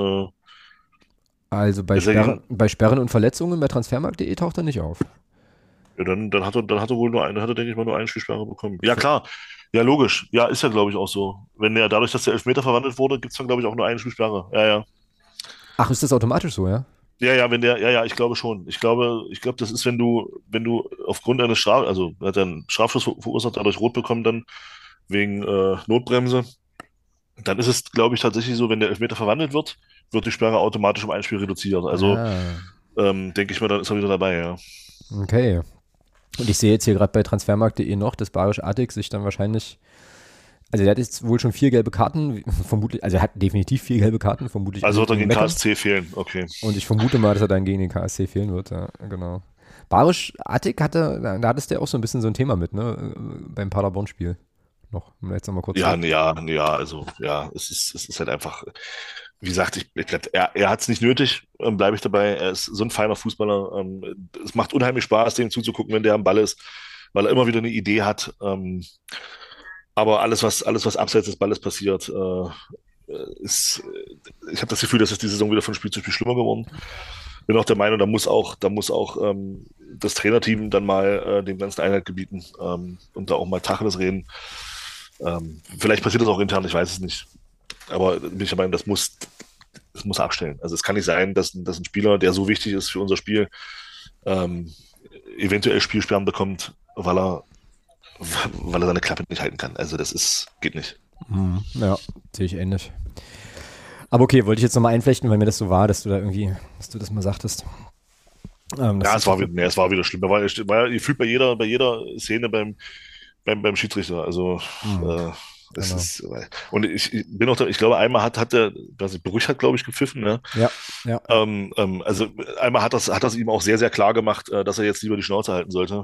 Also ist er gegen, Bei Sperren und Verletzungen bei transfermarkt.de taucht er nicht auf. ja, dann hat er wohl denke ich mal, nur 1 Spielsperre bekommen. Ja, klar. Ja, logisch. Ja, ist ja, glaube ich, auch so. Dadurch, dass der Elfmeter verwandelt wurde, gibt es dann, glaube ich, auch nur 1 Spielsperre. Ja, ja. Ach, ist das automatisch so, ja? Ja, ja, ich glaube schon. Ich glaube, das ist, wenn du aufgrund eines also er hat er einen Strafschuss verursacht, dadurch rot bekommen dann wegen Notbremse. Dann ist es, glaube ich, tatsächlich so, wenn der Elfmeter verwandelt wird, wird die Sperre automatisch um 1 Spiel reduziert. Also Ah, denke ich mal, dann ist er wieder dabei, ja. okay. Und ich sehe jetzt hier gerade bei transfermarkt.de noch, dass Barisch Atik sich dann wahrscheinlich Also der hat jetzt wohl schon 4 gelbe Karten, vermutlich, also er hat definitiv 4 gelbe Karten, vermutlich. Also wird er gegen gegen Meckern. KSC fehlen, okay. Und ich vermute mal, dass er dann gegen den KSC fehlen wird, ja, genau. Barisch Attik da hattest du ja auch so ein bisschen so ein Thema mit, ne, beim Paderborn-Spiel. Noch, um jetzt nochmal kurz Ja, ja, ja, also ja, es ist halt einfach, wie gesagt, ich glaub, er hat es nicht nötig, bleibe ich dabei. Er ist so ein feiner Fußballer. Es macht unheimlich Spaß, dem zuzugucken, wenn der am Ball ist, weil er immer wieder eine Idee hat. Aber alles, was abseits des Balles passiert, ich habe das Gefühl, dass es diese Saison wieder von Spiel zu Spiel schlimmer geworden. Bin auch der Meinung, da muss auch das Trainerteam dann mal dem Ganzen Einhalt gebieten und da auch mal Tacheles reden. Vielleicht passiert das auch intern, ich weiß es nicht. Aber bin ich der Meinung, das muss abstellen. Also es kann nicht sein, dass ein Spieler, der so wichtig ist für unser Spiel, eventuell Spielsperren bekommt, weil er seine Klappe nicht halten kann. Also geht nicht. Ja, sehe ich ähnlich. Aber okay, wollte ich jetzt nochmal einflechten, weil mir das so war, dass du das mal sagtest. Ja, es war wieder schlimm. War ja gefühlt bei jeder Szene beim Schiedsrichter. Also es Genau. ist, und ich bin auch da, ich glaube, einmal hat der, weiß ich, Brüch hat, glaube ich, gepfiffen, ne? Ja. Also einmal hat das ihm auch sehr, sehr klar gemacht, dass er jetzt lieber die Schnauze halten sollte.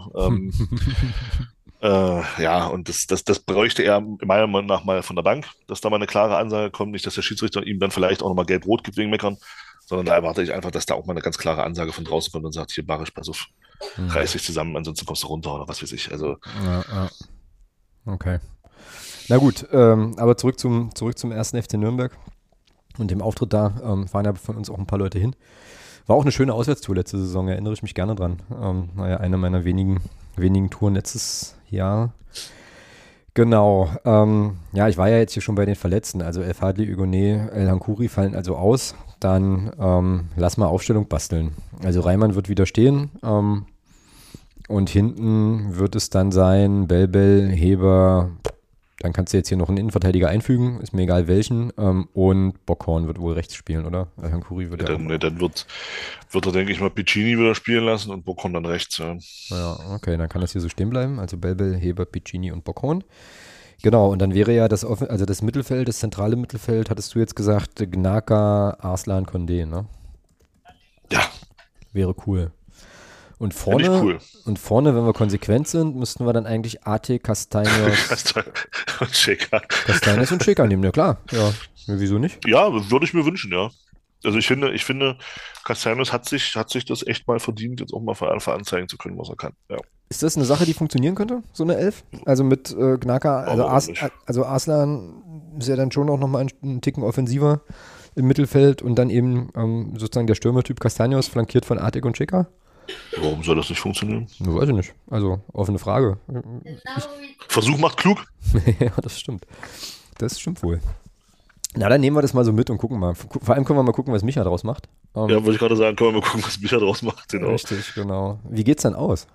Ja, und das bräuchte er meiner Meinung nach mal von der Bank, dass da mal eine klare Ansage kommt, nicht, dass der Schiedsrichter ihm dann vielleicht auch nochmal gelb-rot gibt wegen Meckern, sondern da erwarte ich einfach, dass da auch mal eine ganz klare Ansage von draußen kommt und sagt, hier, Barisch, pass auf, reiß dich zusammen, ansonsten kommst du runter oder was weiß ich. Also, Ja. Okay. Na gut, aber zurück zum 1. FC Nürnberg und dem Auftritt da, fahren ja von uns auch ein paar Leute hin. War auch eine schöne Auswärtstour letzte Saison, erinnere ich mich gerne dran. War ja eine meiner wenigen Touren letztes Jahr. Genau. Ja, ich war ja jetzt hier schon bei den Verletzten. Also El Fadli, Hugonet, El Hankouri fallen also aus. Dann lass mal Aufstellung basteln. Also Reimann wird wieder stehen. Und hinten wird es dann sein Belbel, Heber. Dann kannst du jetzt hier noch einen Innenverteidiger einfügen, ist mir egal welchen. Und Bockhorn wird wohl rechts spielen, oder? El Hankouri wird dann wird er, denke ich mal, Piccini wieder spielen lassen und Bockhorn dann rechts. Ja. Ja, okay, dann kann das hier so stehen bleiben. Also Belbel, Heber, Piccini und Bockhorn. Genau, und dann wäre ja das Mittelfeld, das zentrale Mittelfeld, hattest du jetzt gesagt, Gnaka, Arslan, Condé, ne? Ja. Wäre cool. Und Cool. vorne, wenn wir konsequent sind, müssten wir dann eigentlich Ate, Castaños und Schäker. Castaños und Schäker nehmen, ja klar. Ja, wieso nicht? Ja, würde ich mir wünschen, ja. Also ich finde, Castellanos hat sich das echt mal verdient, jetzt auch mal von Anfang an zeigen zu können, was er kann. Ja. Ist das eine Sache, die funktionieren könnte, so eine Elf? Also mit Gnaka, also Arslan ist ja dann schon auch nochmal einen Ticken offensiver im Mittelfeld und dann eben sozusagen der Stürmertyp Castaños flankiert von Atik und Schäker. Warum soll das nicht funktionieren? Weiß ich nicht. Also offene Frage. Versuch macht klug. Ja, das stimmt. Das stimmt wohl. Na, dann nehmen wir das mal so mit und gucken mal. Vor allem können wir mal gucken, was Micha draus macht. Ja, wollte ich gerade sagen, können wir mal gucken, was Micha draus macht. Genau. Richtig, genau. Wie geht's dann aus?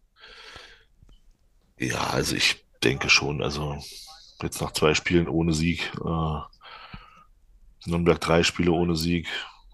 Ja, also ich denke schon, also jetzt nach 2 Spielen ohne Sieg, Nürnberg 3 Spiele ohne Sieg.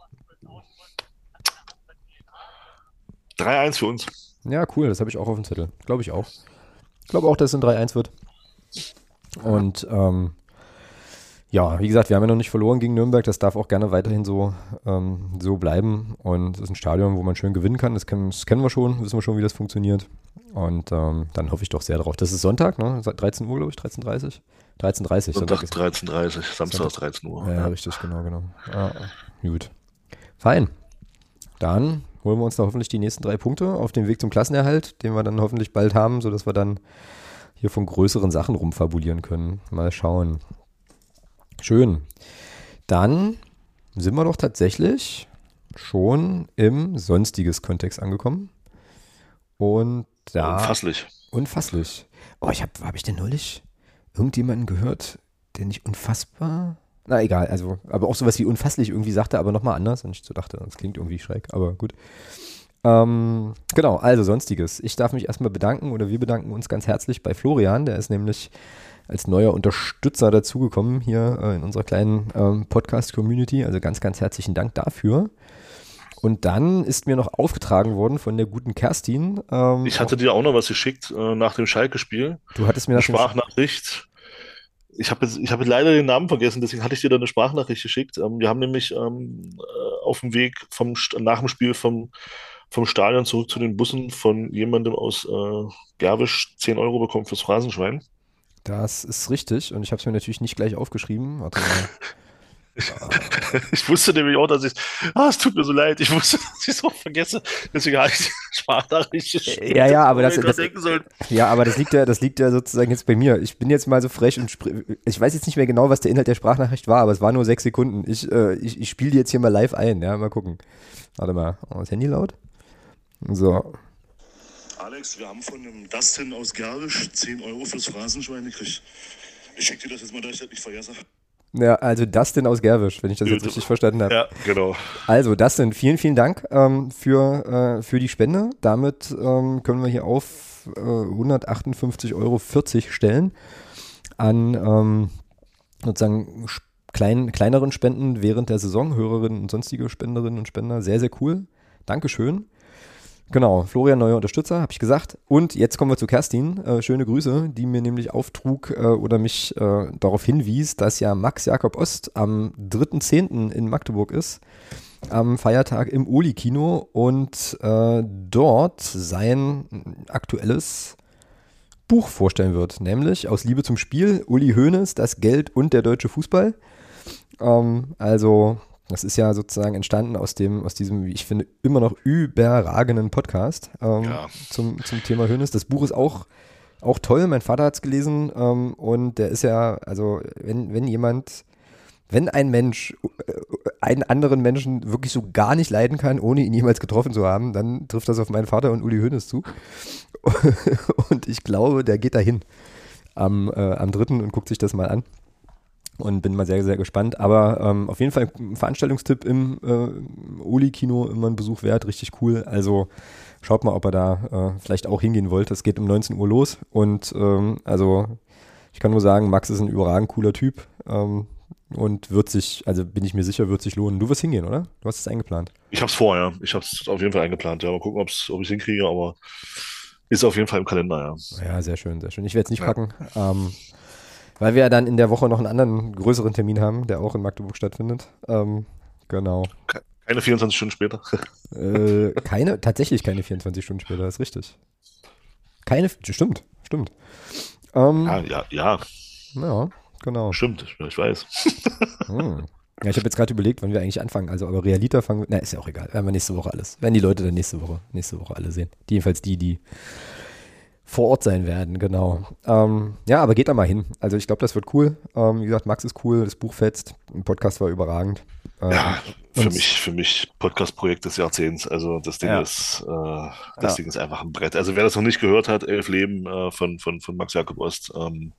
3-1 für uns. Ja, cool, das habe ich auch auf dem Zettel. Glaube ich auch. Ich glaube auch, dass es ein 3-1 wird. Und ja, wie gesagt, wir haben ja noch nicht verloren gegen Nürnberg. Das darf auch gerne weiterhin so bleiben. Und es ist ein Stadion, wo man schön gewinnen kann. Das kennen wir schon, wissen wir schon, wie das funktioniert. Und dann hoffe ich doch sehr darauf. Das ist Sonntag, ne? 13 Uhr, glaube ich, 13.30 13.30 Sonntag 13.30 Samstag 13 Uhr. Ja, richtig, genau. Ja, gut. Fein. Dann holen wir uns da hoffentlich die nächsten 3 Punkte auf dem Weg zum Klassenerhalt, den wir dann hoffentlich bald haben, sodass wir dann hier von größeren Sachen rumfabulieren können. Mal schauen. Schön. Dann sind wir doch tatsächlich schon im sonstiges Kontext angekommen. Und da. Unfasslich. Oh, hab ich denn neulich irgendjemanden gehört, der nicht unfassbar. Na egal, also, aber auch sowas wie unfasslich irgendwie sagte, aber nochmal anders. Und ich so dachte, das klingt irgendwie schräg, aber gut. Genau, also Sonstiges. Ich darf mich erstmal bedanken oder wir bedanken uns ganz herzlich bei Florian, der ist nämlich als neuer Unterstützer dazugekommen hier in unserer kleinen Podcast-Community. Also ganz, ganz herzlichen Dank dafür. Und dann ist mir noch aufgetragen worden von der guten Kerstin. Ich hatte dir auch noch was geschickt nach dem Schalke-Spiel. Du hattest mir eine Sprachnachricht. ich habe leider den Namen vergessen, deswegen hatte ich dir da eine Sprachnachricht geschickt. Wir haben nämlich auf dem Weg nach dem Spiel vom Stadion zurück zu den Bussen von jemandem aus Gerwisch 10 Euro bekommen fürs Phrasenschwein. Das ist richtig und ich habe es mir natürlich nicht gleich aufgeschrieben. Warte mal. Ich wusste nämlich auch, es tut mir so leid, ich wusste, dass ich es auch vergesse. Deswegen habe ich die Sprachnachricht Ja, geschickt, ja, dass aber wir das, nicht dran das, denken sollen. ja, aber das liegt ja sozusagen jetzt bei mir. Ich bin jetzt mal so frech und ich weiß jetzt nicht mehr genau, was der Inhalt der Sprachnachricht war, aber es war nur 6 Sekunden. Ich spiele die jetzt hier mal live ein, ja, mal gucken. Warte mal, das Handy laut? So. Alex, wir haben von einem Dustin aus Gerwisch 10 Euro fürs Phrasenschwein gekriegt. Ich schicke dir das jetzt mal, dass ich das nicht vergesse. Ja, also Dustin aus Gerwisch, wenn ich das jetzt richtig verstanden habe. Ja, genau. Also Dustin, vielen, vielen Dank für die Spende. Damit können wir hier auf 158,40 Euro stellen an sozusagen kleineren Spenden während der Saison, Hörerinnen und sonstige Spenderinnen und Spender. Sehr, sehr cool. Dankeschön. Genau, Florian, neuer Unterstützer, habe ich gesagt. Und jetzt kommen wir zu Kerstin. Schöne Grüße, die mir nämlich auftrug oder mich darauf hinwies, dass ja Max Jakob Ost am 3.10. in Magdeburg ist, am Feiertag im Oli-Kino und dort sein aktuelles Buch vorstellen wird, nämlich Aus Liebe zum Spiel, Uli Hoeneß, das Geld und der deutsche Fußball. Also das ist ja sozusagen entstanden aus diesem, wie ich finde, immer noch überragenden Podcast Ja. zum Thema Hoeneß. Das Buch ist auch toll, mein Vater hat es gelesen und der ist ja, also wenn ein Mensch einen anderen Menschen wirklich so gar nicht leiden kann, ohne ihn jemals getroffen zu haben, dann trifft das auf meinen Vater und Uli Hoeneß zu. Und ich glaube, der geht dahin am 3. und guckt sich das mal an. Und bin mal sehr, sehr gespannt. Aber auf jeden Fall ein Veranstaltungstipp im Oli-Kino, immer ein Besuch wert, richtig cool. Also schaut mal, ob ihr da vielleicht auch hingehen wollt. Es geht um 19 Uhr los. Und also ich kann nur sagen, Max ist ein überragend cooler Typ und bin ich mir sicher, wird sich lohnen. Du wirst hingehen, oder? Du hast es eingeplant. Ich habe es vor, ja. Ich habe es auf jeden Fall eingeplant. Ja, mal gucken, ob ich es hinkriege, aber ist auf jeden Fall im Kalender, ja. Ja, sehr schön, sehr schön. Ich werde es nicht Ja. packen. Weil wir ja dann in der Woche noch einen anderen größeren Termin haben, der auch in Magdeburg stattfindet. Genau. Keine 24 Stunden später. Tatsächlich keine 24 Stunden später, ist richtig. Stimmt. Ja, ja, Ja, genau. stimmt. Ich weiß. Hm. Ja, ich habe jetzt gerade überlegt, wann wir eigentlich anfangen. Also, aber Realita fangen wir, na, ist ja auch egal. Werden wir nächste Woche alles. Werden die Leute dann nächste Woche alle sehen. Jedenfalls die vor Ort sein werden, genau. Ja, aber geht da mal hin. Also ich glaube, das wird cool. Wie gesagt, Max ist cool, das Buch fetzt, ein Podcast war überragend. Ja, und- für mich Podcast-Projekt des Jahrzehnts. Also das Ding Ja. ist, Ja. Ding ist einfach ein Brett. Also wer das noch nicht gehört hat, 11 Leben von Max Jakob Ost,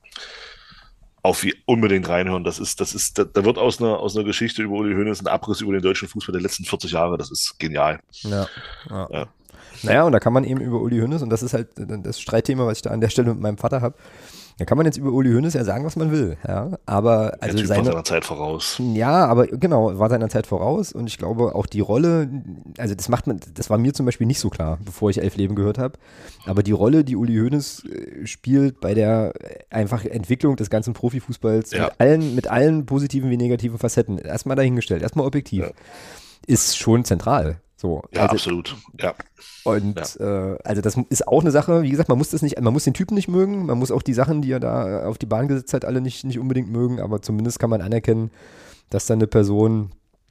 unbedingt reinhören. Da wird aus einer Geschichte über Uli Hoeneß ein Abriss über den deutschen Fußball der letzten 40 Jahre. Das ist genial. Ja. Ja. Ja. Naja, und da kann man eben über Uli Hoeneß, und das ist halt das Streitthema, was ich da an der Stelle mit meinem Vater habe, da kann man jetzt über Uli Hoeneß ja sagen, was man will. Ja, aber Der also Typ war seiner Zeit voraus. ja, aber genau, war seiner Zeit voraus und ich glaube auch die Rolle, also das war mir zum Beispiel nicht so klar, bevor ich 11 Leben gehört habe, aber die Rolle, die Uli Hoeneß spielt bei der einfach Entwicklung des ganzen Profifußballs Ja. mit allen positiven wie negativen Facetten, erstmal dahingestellt, erstmal objektiv, Ja. ist schon zentral. So, Ja, also, absolut. Ja. und also das ist auch eine Sache, wie gesagt, man muss den Typen nicht mögen, man muss auch die Sachen, die er da auf die Bahn gesetzt hat, alle nicht unbedingt mögen, aber zumindest kann man anerkennen, dass da eine Person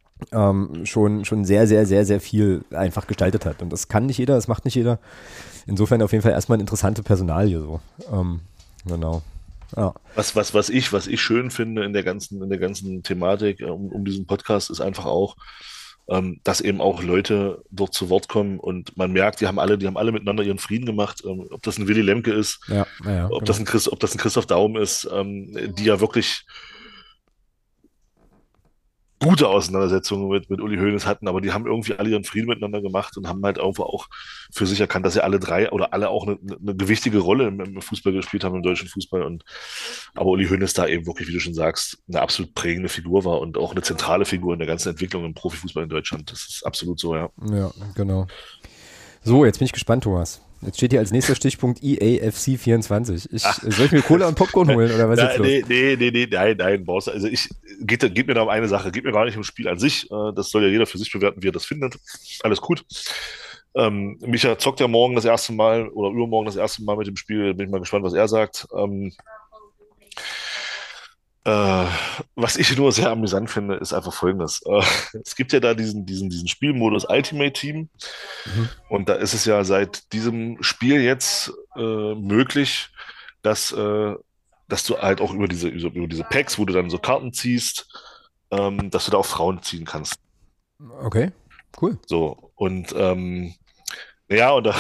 schon sehr, sehr, sehr, sehr viel einfach gestaltet hat. Und das kann nicht jeder, das macht nicht jeder. Insofern auf jeden Fall erstmal eine interessante Personalie so. Genau. Ja. Was ich schön finde in der ganzen Thematik um diesen Podcast ist einfach auch, dass eben auch Leute dort zu Wort kommen und man merkt, die haben alle miteinander ihren Frieden gemacht, ob das ein Willy Lemke ist, Ja, ob genau. das ein Christoph Daum ist, die ja wirklich gute Auseinandersetzungen mit Uli Hoeneß hatten, aber die haben irgendwie alle ihren Frieden miteinander gemacht und haben halt irgendwo auch für sich erkannt, dass sie alle drei oder alle auch eine gewichtige Rolle im Fußball gespielt haben, im deutschen Fußball. Aber Uli Hoeneß da eben wirklich, wie du schon sagst, eine absolut prägende Figur war und auch eine zentrale Figur in der ganzen Entwicklung im Profifußball in Deutschland. Das ist absolut so, ja. Ja, genau. So, jetzt bin ich gespannt, Thomas. Jetzt steht hier als nächster Stichpunkt EAFC24. Soll ich mir Cola und Popcorn holen oder was ist jetzt los? Nein, Boss. Also geht mir da um eine Sache, geht mir gar nicht ums Spiel an sich. Das soll ja jeder für sich bewerten, wie er das findet. Alles gut. Micha zockt ja morgen das erste Mal oder übermorgen das erste Mal mit dem Spiel. Bin ich mal gespannt, was er sagt. Was ich nur sehr amüsant finde, ist einfach Folgendes. Es gibt ja da diesen Spielmodus Ultimate Team. Und da ist es ja seit diesem Spiel jetzt möglich, dass du halt auch über diese Packs, wo du dann so Karten ziehst, dass du da auch Frauen ziehen kannst. Okay, cool. So, und ja, und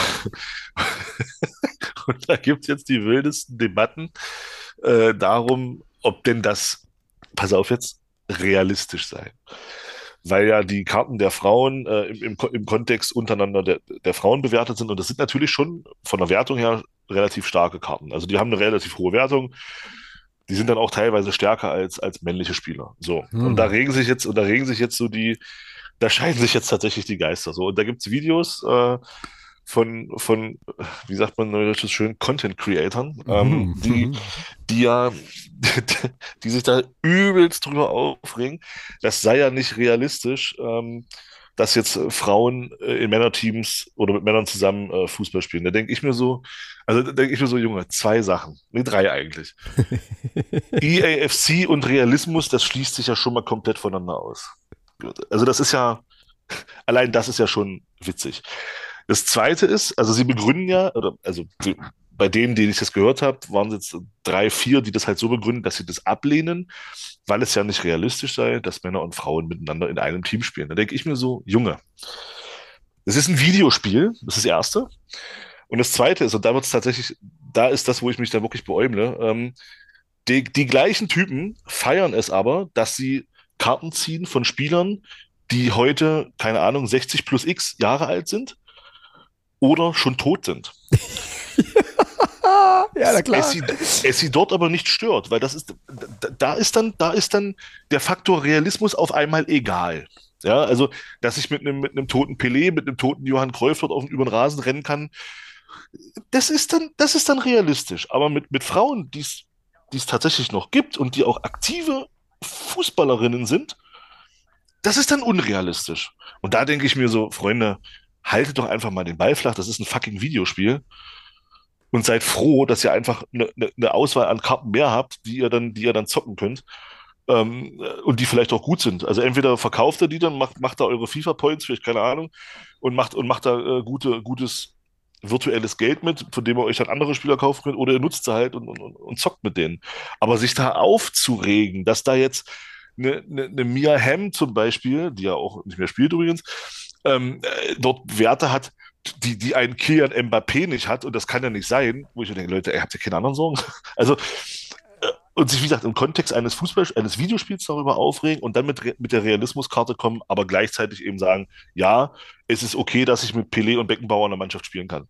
da gibt es jetzt die wildesten Debatten darum, ob denn das, pass auf jetzt, realistisch sei. Weil ja die Karten der Frauen im Kontext untereinander der Frauen bewertet sind. Und das sind natürlich schon von der Wertung her relativ starke Karten. Also die haben eine relativ hohe Wertung. Die sind dann auch teilweise stärker als männliche Spieler. So. Und da regen sich jetzt so da scheiden sich jetzt tatsächlich die Geister. So. Und da gibt es Videos von, wie sagt man neudeutsch schön, Content-Creatern, die sich da übelst drüber aufregen. Das sei ja nicht realistisch, dass jetzt Frauen in Männerteams oder mit Männern zusammen Fußball spielen. Da denke ich mir so, Junge, 2 Sachen. Nee, 3 eigentlich. EAFC und Realismus, das schließt sich ja schon mal komplett voneinander aus. Also allein das ist ja schon witzig. Das Zweite ist, also sie begründen ja, bei denen, denen ich das gehört habe, waren es jetzt 3, 4, die das halt so begründen, dass sie das ablehnen, weil es ja nicht realistisch sei, dass Männer und Frauen miteinander in einem Team spielen. Da denke ich mir so, Junge, das ist ein Videospiel, das ist das Erste. Und das Zweite ist, und da wird es tatsächlich, da ist das, wo ich mich da wirklich beäumle, die gleichen Typen feiern es aber, dass sie Karten ziehen von Spielern, die heute, keine Ahnung, 60 plus X Jahre alt sind oder schon tot sind. Ja, na klar. Es sie dort aber nicht stört, weil da ist dann der Faktor Realismus auf einmal egal. Ja, also, dass ich mit einem toten Pelé, mit einem toten Johann Cruyff dort über den Rasen rennen kann, das ist dann realistisch. Aber mit Frauen, die es tatsächlich noch gibt und die auch aktive Fußballerinnen sind, das ist dann unrealistisch. Und da denke ich mir so, Freunde, haltet doch einfach mal den Ball flach, das ist ein fucking Videospiel. Und seid froh, dass ihr einfach eine Auswahl an Karten mehr habt, die ihr dann zocken könnt. Und die vielleicht auch gut sind. Also entweder verkauft ihr die dann, macht da eure FIFA-Points, vielleicht keine Ahnung, und macht da gutes virtuelles Geld mit, von dem ihr euch dann andere Spieler kaufen könnt, oder ihr nutzt sie halt und zockt mit denen. Aber sich da aufzuregen, dass da jetzt eine Mia Hamm zum Beispiel, die ja auch nicht mehr spielt übrigens, dort Werte hat, die einen Kylian Mbappé nicht hat, und das kann ja nicht sein, wo ich mir denke, Leute, habt ihr keine anderen Sorgen? Also, und sich, wie gesagt, im Kontext eines Videospiels darüber aufregen und dann mit der Realismuskarte kommen, aber gleichzeitig eben sagen, ja, es ist okay, dass ich mit Pelé und Beckenbauer in der Mannschaft spielen kann.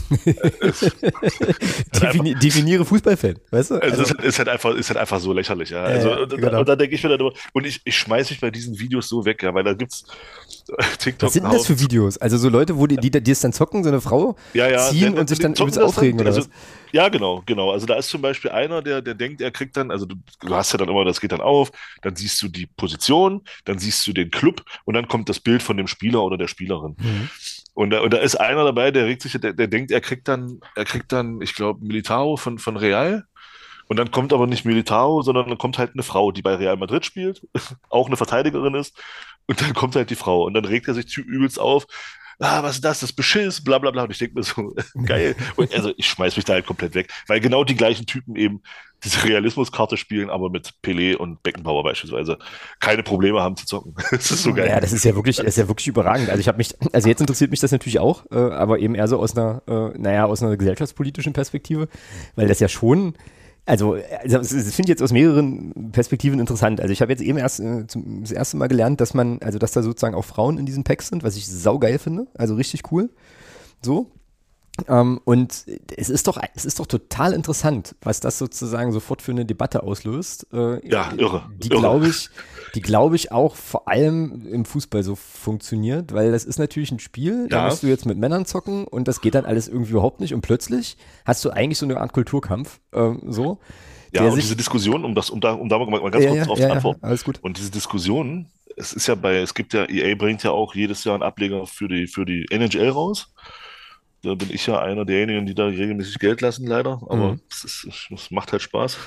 Definiere Fußballfan, weißt du? Also ist halt einfach so lächerlich, ja. Genau. Und da denke ich mir dann immer, und ich schmeiß mich bei diesen Videos so weg, ja, weil da gibt's TikTok. Was sind denn das für Videos? Also so Leute, wo die es dann zocken, so eine Frau ziehen und sich dann übelst aufregen oder was? Ja, genau. Also da ist zum Beispiel einer, der denkt, er kriegt dann, also du hast ja dann immer, das geht dann auf, dann siehst du die Position, dann siehst du den Club und dann kommt das Bild von dem Spieler oder der Spielerin. Mhm. Und da ist einer dabei, der denkt, er kriegt dann, ich glaube, Militao von Real. Und dann kommt aber nicht Militao, sondern dann kommt halt eine Frau, die bei Real Madrid spielt, auch eine Verteidigerin ist. Und dann kommt halt die Frau. Und dann regt er sich übelst auf. Was ist das? Das Beschiss, bla bla bla. Und ich denke mir so, geil. Und also ich schmeiß mich da halt komplett weg. Weil genau die gleichen Typen eben diese Realismuskarte spielen, aber mit Pelé und Beckenbauer beispielsweise keine Probleme haben zu zocken. Das ist so geil. Ja, das ist ja wirklich überragend. Also jetzt interessiert mich das natürlich auch, aber eben eher so aus einer gesellschaftspolitischen Perspektive, weil das ja schon, also das finde ich jetzt aus mehreren Perspektiven interessant. Also ich habe jetzt eben erst das erste Mal gelernt, dass da sozusagen auch Frauen in diesen Packs sind, was ich saugeil finde. Also richtig cool. So. Und es ist doch total interessant, was das sozusagen sofort für eine Debatte auslöst. Ja, irre. Die, glaube ich, die glaube ich auch vor allem im Fußball so funktioniert, weil das ist natürlich ein Spiel, da Ja. musst du jetzt mit Männern zocken und das geht dann alles irgendwie überhaupt nicht und plötzlich hast du eigentlich so eine Art Kulturkampf, so, Ja, der und sich, diese Diskussion, da mal ganz kurz drauf zu antworten. alles gut. Und diese Diskussion, es gibt ja, EA bringt ja auch jedes Jahr einen Ableger für die NHL raus. Da bin ich ja einer derjenigen, die da regelmäßig Geld lassen, leider. Aber es macht halt Spaß.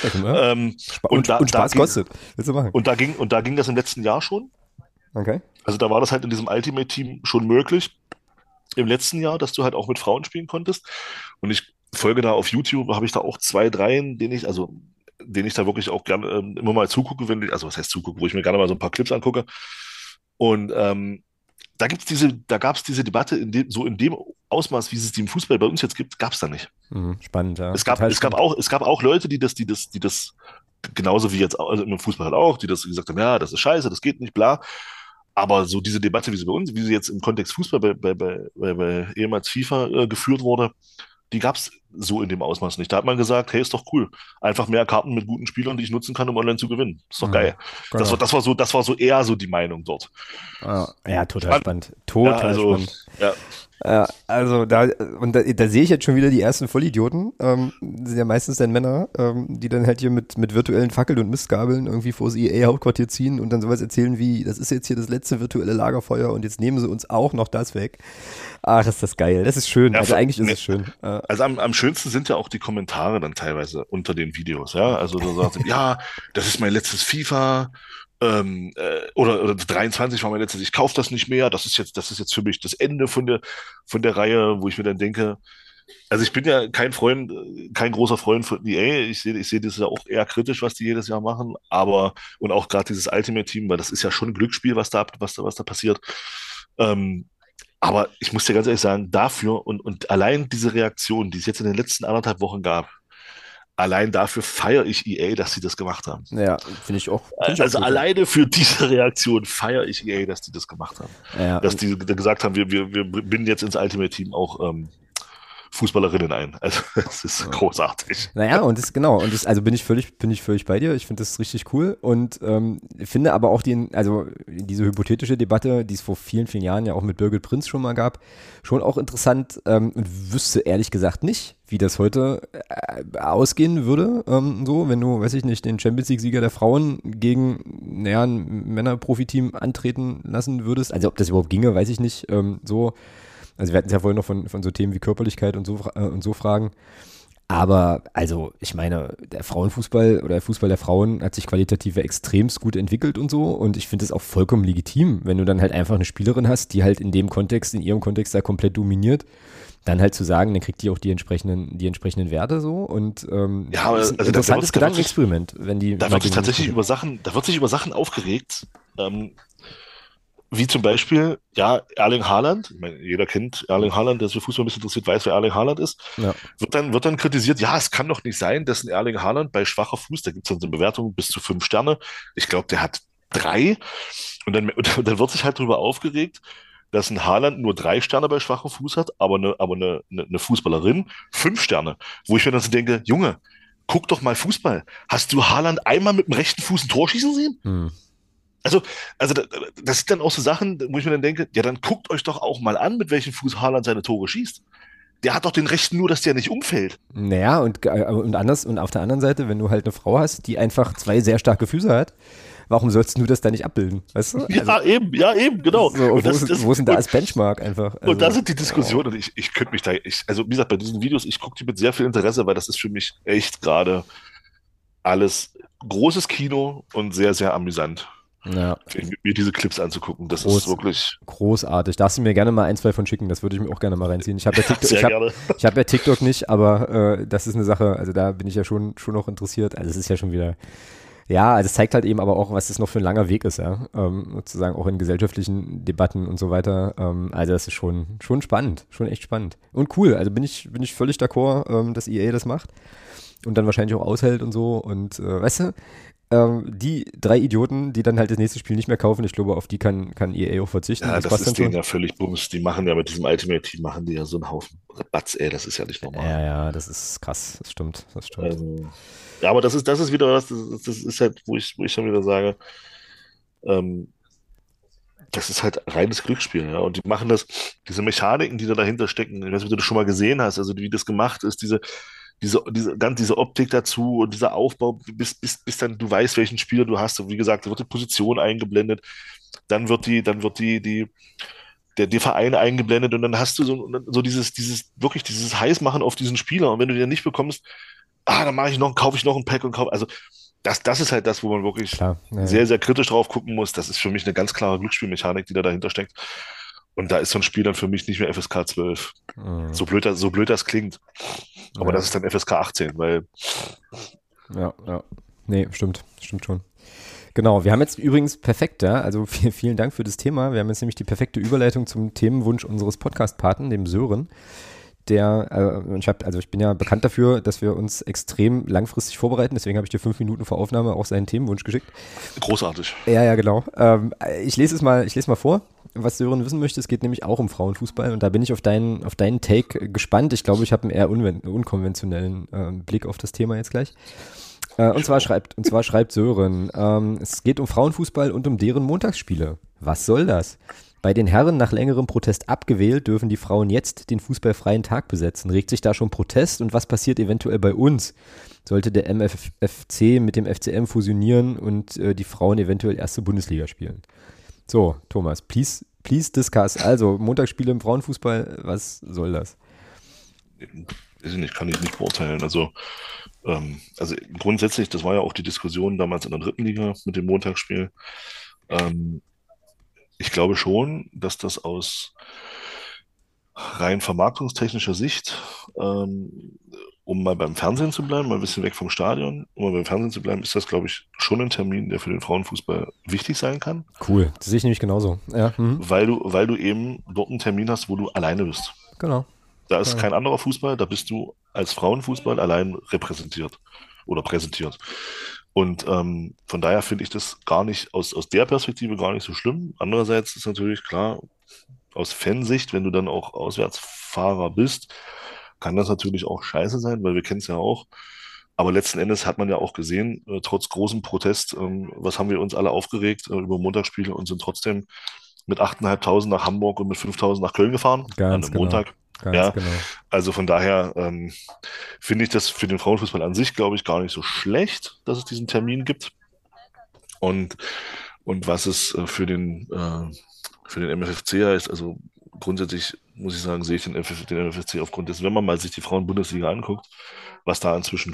Und Spaß ging, kostet. Willst du machen? und da ging das im letzten Jahr schon. Okay. Also da war das halt in diesem Ultimate-Team schon möglich. Im letzten Jahr, dass du halt auch mit Frauen spielen konntest. Und ich folge da auf YouTube, habe ich da auch zwei, dreien, denen ich da wirklich auch gerne immer mal zugucke, also was heißt zugucke, wo ich mir gerne mal so ein paar Clips angucke. Und da gab es diese Debatte in dem Ausmaß, wie es die im Fußball bei uns jetzt gibt, gab es da nicht. Spannend, ja. Es gab auch Leute, die das genauso wie jetzt also im Fußball halt auch, die das gesagt haben, ja, das ist scheiße, das geht nicht, bla. Aber so diese Debatte, wie sie jetzt im Kontext Fußball bei ehemals FIFA geführt wurde, die gab es so in dem Ausmaß nicht. Da hat man gesagt, hey, ist doch cool. Einfach mehr Karten mit guten Spielern, die ich nutzen kann, um online zu gewinnen. Ist doch geil. Genau. Das war so eher so die Meinung dort. Ja, total spannend. Total spannend. Ja. Also da sehe ich jetzt schon wieder die ersten Vollidioten, sind ja meistens dann Männer, die dann halt hier mit virtuellen Fackeln und Mistgabeln irgendwie vor das EA-Hauptquartier ziehen und dann sowas erzählen wie, das ist jetzt hier das letzte virtuelle Lagerfeuer und jetzt nehmen sie uns auch noch das weg. Ach, ist das geil. Das ist schön. Ja, also eigentlich ist es schön. Also am schönsten sind ja auch die Kommentare dann teilweise unter den Videos, ja. Also da sagt ja, das ist mein letztes FIFA, oder 23 war mein letztes, ich kaufe das nicht mehr, das ist jetzt für mich das Ende von der Reihe, wo ich mir dann denke, also ich bin ja kein großer Freund von EA, ich sehe das ja auch eher kritisch, was die jedes Jahr machen, und auch gerade dieses Ultimate Team, weil das ist ja schon ein Glücksspiel, was da passiert. Aber ich muss dir ganz ehrlich sagen, dafür und allein diese Reaktion, die es jetzt in den letzten 1,5 Wochen gab, allein dafür feiere ich EA, dass sie das gemacht haben. Ja, finde ich auch. Also alleine für diese Reaktion feiere ich EA, dass die das gemacht haben. Ja, dass die gesagt haben, wir binden jetzt ins Ultimate Team auch Fußballerinnen ein. Also das ist großartig. Naja, also bin ich völlig bei dir. Ich finde das richtig cool und finde aber auch diese hypothetische Debatte, die es vor vielen, vielen Jahren ja auch mit Birgit Prinz schon mal gab, schon auch interessant und wüsste ehrlich gesagt nicht, wie das heute ausgehen würde, so, wenn du, weiß ich nicht, den Champions League-Sieger der Frauen gegen, ein Männer-Profi-Team antreten lassen würdest. Also ob das überhaupt ginge, weiß ich nicht, so. Also wir hatten es ja vorhin noch von so Themen wie Körperlichkeit und so Fragen. Aber also ich meine, der Frauenfußball oder der Fußball der Frauen hat sich qualitativ extremst gut entwickelt und so. Und ich finde es auch vollkommen legitim, wenn du dann halt einfach eine Spielerin hast, die halt in ihrem Kontext da komplett dominiert, dann halt zu sagen, dann kriegt die auch die entsprechenden Werte so. Und ja, aber ist ein interessantes Gedankenexperiment, wenn die. Da wird sich tatsächlich über Sachen aufgeregt. Wie zum Beispiel, ja, Erling Haaland, ich meine, jeder kennt Erling Haaland, der sich für Fußball ein bisschen interessiert, weiß, wer Erling Haaland ist, Ja. wird dann kritisiert, ja, es kann doch nicht sein, dass ein Erling Haaland bei schwacher Fuß, da gibt es dann so eine Bewertung bis zu 5 Sterne, ich glaube, der hat 3 und dann wird sich halt darüber aufgeregt, dass ein Haaland nur 3 Sterne bei schwachem Fuß hat, aber eine Fußballerin 5 Sterne, wo ich mir dann so denke, Junge, guck doch mal Fußball, hast du Haaland einmal mit dem rechten Fuß ein Tor schießen sehen? Also das sind dann auch so Sachen, wo ich mir dann denke, ja, dann guckt euch doch auch mal an, mit welchem Fuß Haaland seine Tore schießt. Der hat doch den rechten nur, dass der nicht umfällt. Naja, und auf der anderen Seite, wenn du halt eine Frau hast, die einfach 2 sehr starke Füße hat, warum sollst du das da nicht abbilden? Weißt du? Ja, eben, genau. So, wo ist denn da als Benchmark einfach? Also, und da sind die Diskussionen, und ich könnte mich also wie gesagt, bei diesen Videos, ich gucke die mit sehr viel Interesse, weil das ist für mich echt gerade alles großes Kino und sehr, sehr amüsant. Ja. Mir diese Clips anzugucken, das ist wirklich großartig. Darfst du mir gerne mal 1, 2 von schicken, das würde ich mir auch gerne mal reinziehen. Ich habe gerne. Ich hab ja TikTok nicht, aber das ist eine Sache, also da bin ich ja schon noch interessiert. Also es ist ja schon wieder, ja, also es zeigt halt eben aber auch, was das noch für ein langer Weg ist, ja, sozusagen auch in gesellschaftlichen Debatten und so weiter. Also das ist schon spannend, schon echt spannend und cool. Also bin ich völlig d'accord, dass EA das macht und dann wahrscheinlich auch aushält und so und weißt du, die 3 Idioten, die dann halt das nächste Spiel nicht mehr kaufen, ich glaube, auf die kann EA auch verzichten. Ja, das ist denen ja völlig Bums. Die machen ja mit diesem Ultimate-Team, machen die ja so einen Haufen Batz, das ist ja nicht normal. Ja, das ist krass, das stimmt. Also, ja, aber das ist wieder was, das ist halt, wo ich dann wieder sage, Ähm, Das ist halt reines Glücksspiel, ja. Und die machen diese Mechaniken, die da dahinter stecken, ich weiß nicht, ob du das schon mal gesehen hast, also wie das gemacht ist, diese Optik dazu und dieser Aufbau, bis dann du weißt, welchen Spieler du hast. Und wie gesagt, da wird die Position eingeblendet, dann wird der Verein eingeblendet und dann hast du so wirklich dieses Heißmachen auf diesen Spieler. Und wenn du den nicht bekommst, dann kaufe ich noch ein Pack und kaufe. Also das ist halt das, wo man wirklich Klar. Ja, ja. sehr, sehr kritisch drauf gucken muss. Das ist für mich eine ganz klare Glücksspielmechanik, die da dahinter steckt. Und da ist so ein Spiel dann für mich nicht mehr FSK 12. Mhm. So blöd das klingt. Aber Ja, das ist dann FSK 18, weil ja, ja. Nee, stimmt schon. Genau, wir haben jetzt übrigens perfekt, ja, also vielen Dank für das Thema. Wir haben jetzt nämlich die perfekte Überleitung zum Themenwunsch unseres Podcast-Paten, dem Sören. Ich bin ja bekannt dafür, dass wir uns extrem langfristig vorbereiten, deswegen habe ich dir 5 Minuten vor Aufnahme auch seinen Themenwunsch geschickt. großartig. Ja, genau. Ich lese mal vor, was Sören wissen möchte. Es geht nämlich auch um Frauenfußball und da bin ich auf deinen Take gespannt. Ich glaube, ich habe einen eher unkonventionellen Blick auf das Thema jetzt gleich. Und zwar schreibt Sören, es geht um Frauenfußball und um deren Montagsspiele. Was soll das? Bei den Herren nach längerem Protest abgewählt, dürfen die Frauen jetzt den fußballfreien Tag besetzen. Regt sich da schon Protest und was passiert eventuell bei uns? Sollte der MFFC mit dem FCM fusionieren und die Frauen eventuell erste Bundesliga spielen? So, Thomas, please discuss. Also, Montagsspiele im Frauenfußball, was soll das? Weiß ich nicht, kann ich nicht beurteilen. Also grundsätzlich, das war ja auch die Diskussion damals in der dritten Liga mit dem Montagsspiel. Ähm, Ich glaube schon, dass das aus rein vermarktungstechnischer Sicht, um mal beim Fernsehen zu bleiben, mal ein bisschen weg vom Stadion, um mal beim Fernsehen zu bleiben, ist das, glaube ich, schon ein Termin, der für den Frauenfußball wichtig sein kann, Cool, das sehe ich nämlich genauso. Ja, weil du eben dort einen Termin hast, wo du alleine bist. genau. Da ist Ja. kein anderer Fußball, da bist du als Frauenfußball allein repräsentiert oder präsentiert. Und von daher finde ich das gar nicht, aus der Perspektive gar nicht so schlimm. Andererseits ist natürlich klar, aus Fansicht, wenn du dann auch Auswärtsfahrer bist, kann das natürlich auch scheiße sein, weil wir kennen es ja auch. Aber letzten Endes hat man ja auch gesehen, trotz großem Protest, was haben wir uns alle aufgeregt über Montagsspiele und sind trotzdem mit 8.500 nach Hamburg und mit 5.000 nach Köln gefahren an Ganz einem genau. Montag. Ganz Ja, genau. also von daher finde ich das für den Frauenfußball an sich, glaube ich, gar nicht so schlecht, dass es diesen Termin gibt. Und, und was es für den MFFC heißt, also grundsätzlich muss ich sagen, sehe ich den MFFC aufgrund dessen, wenn man mal sich die Frauen-Bundesliga anguckt, was da inzwischen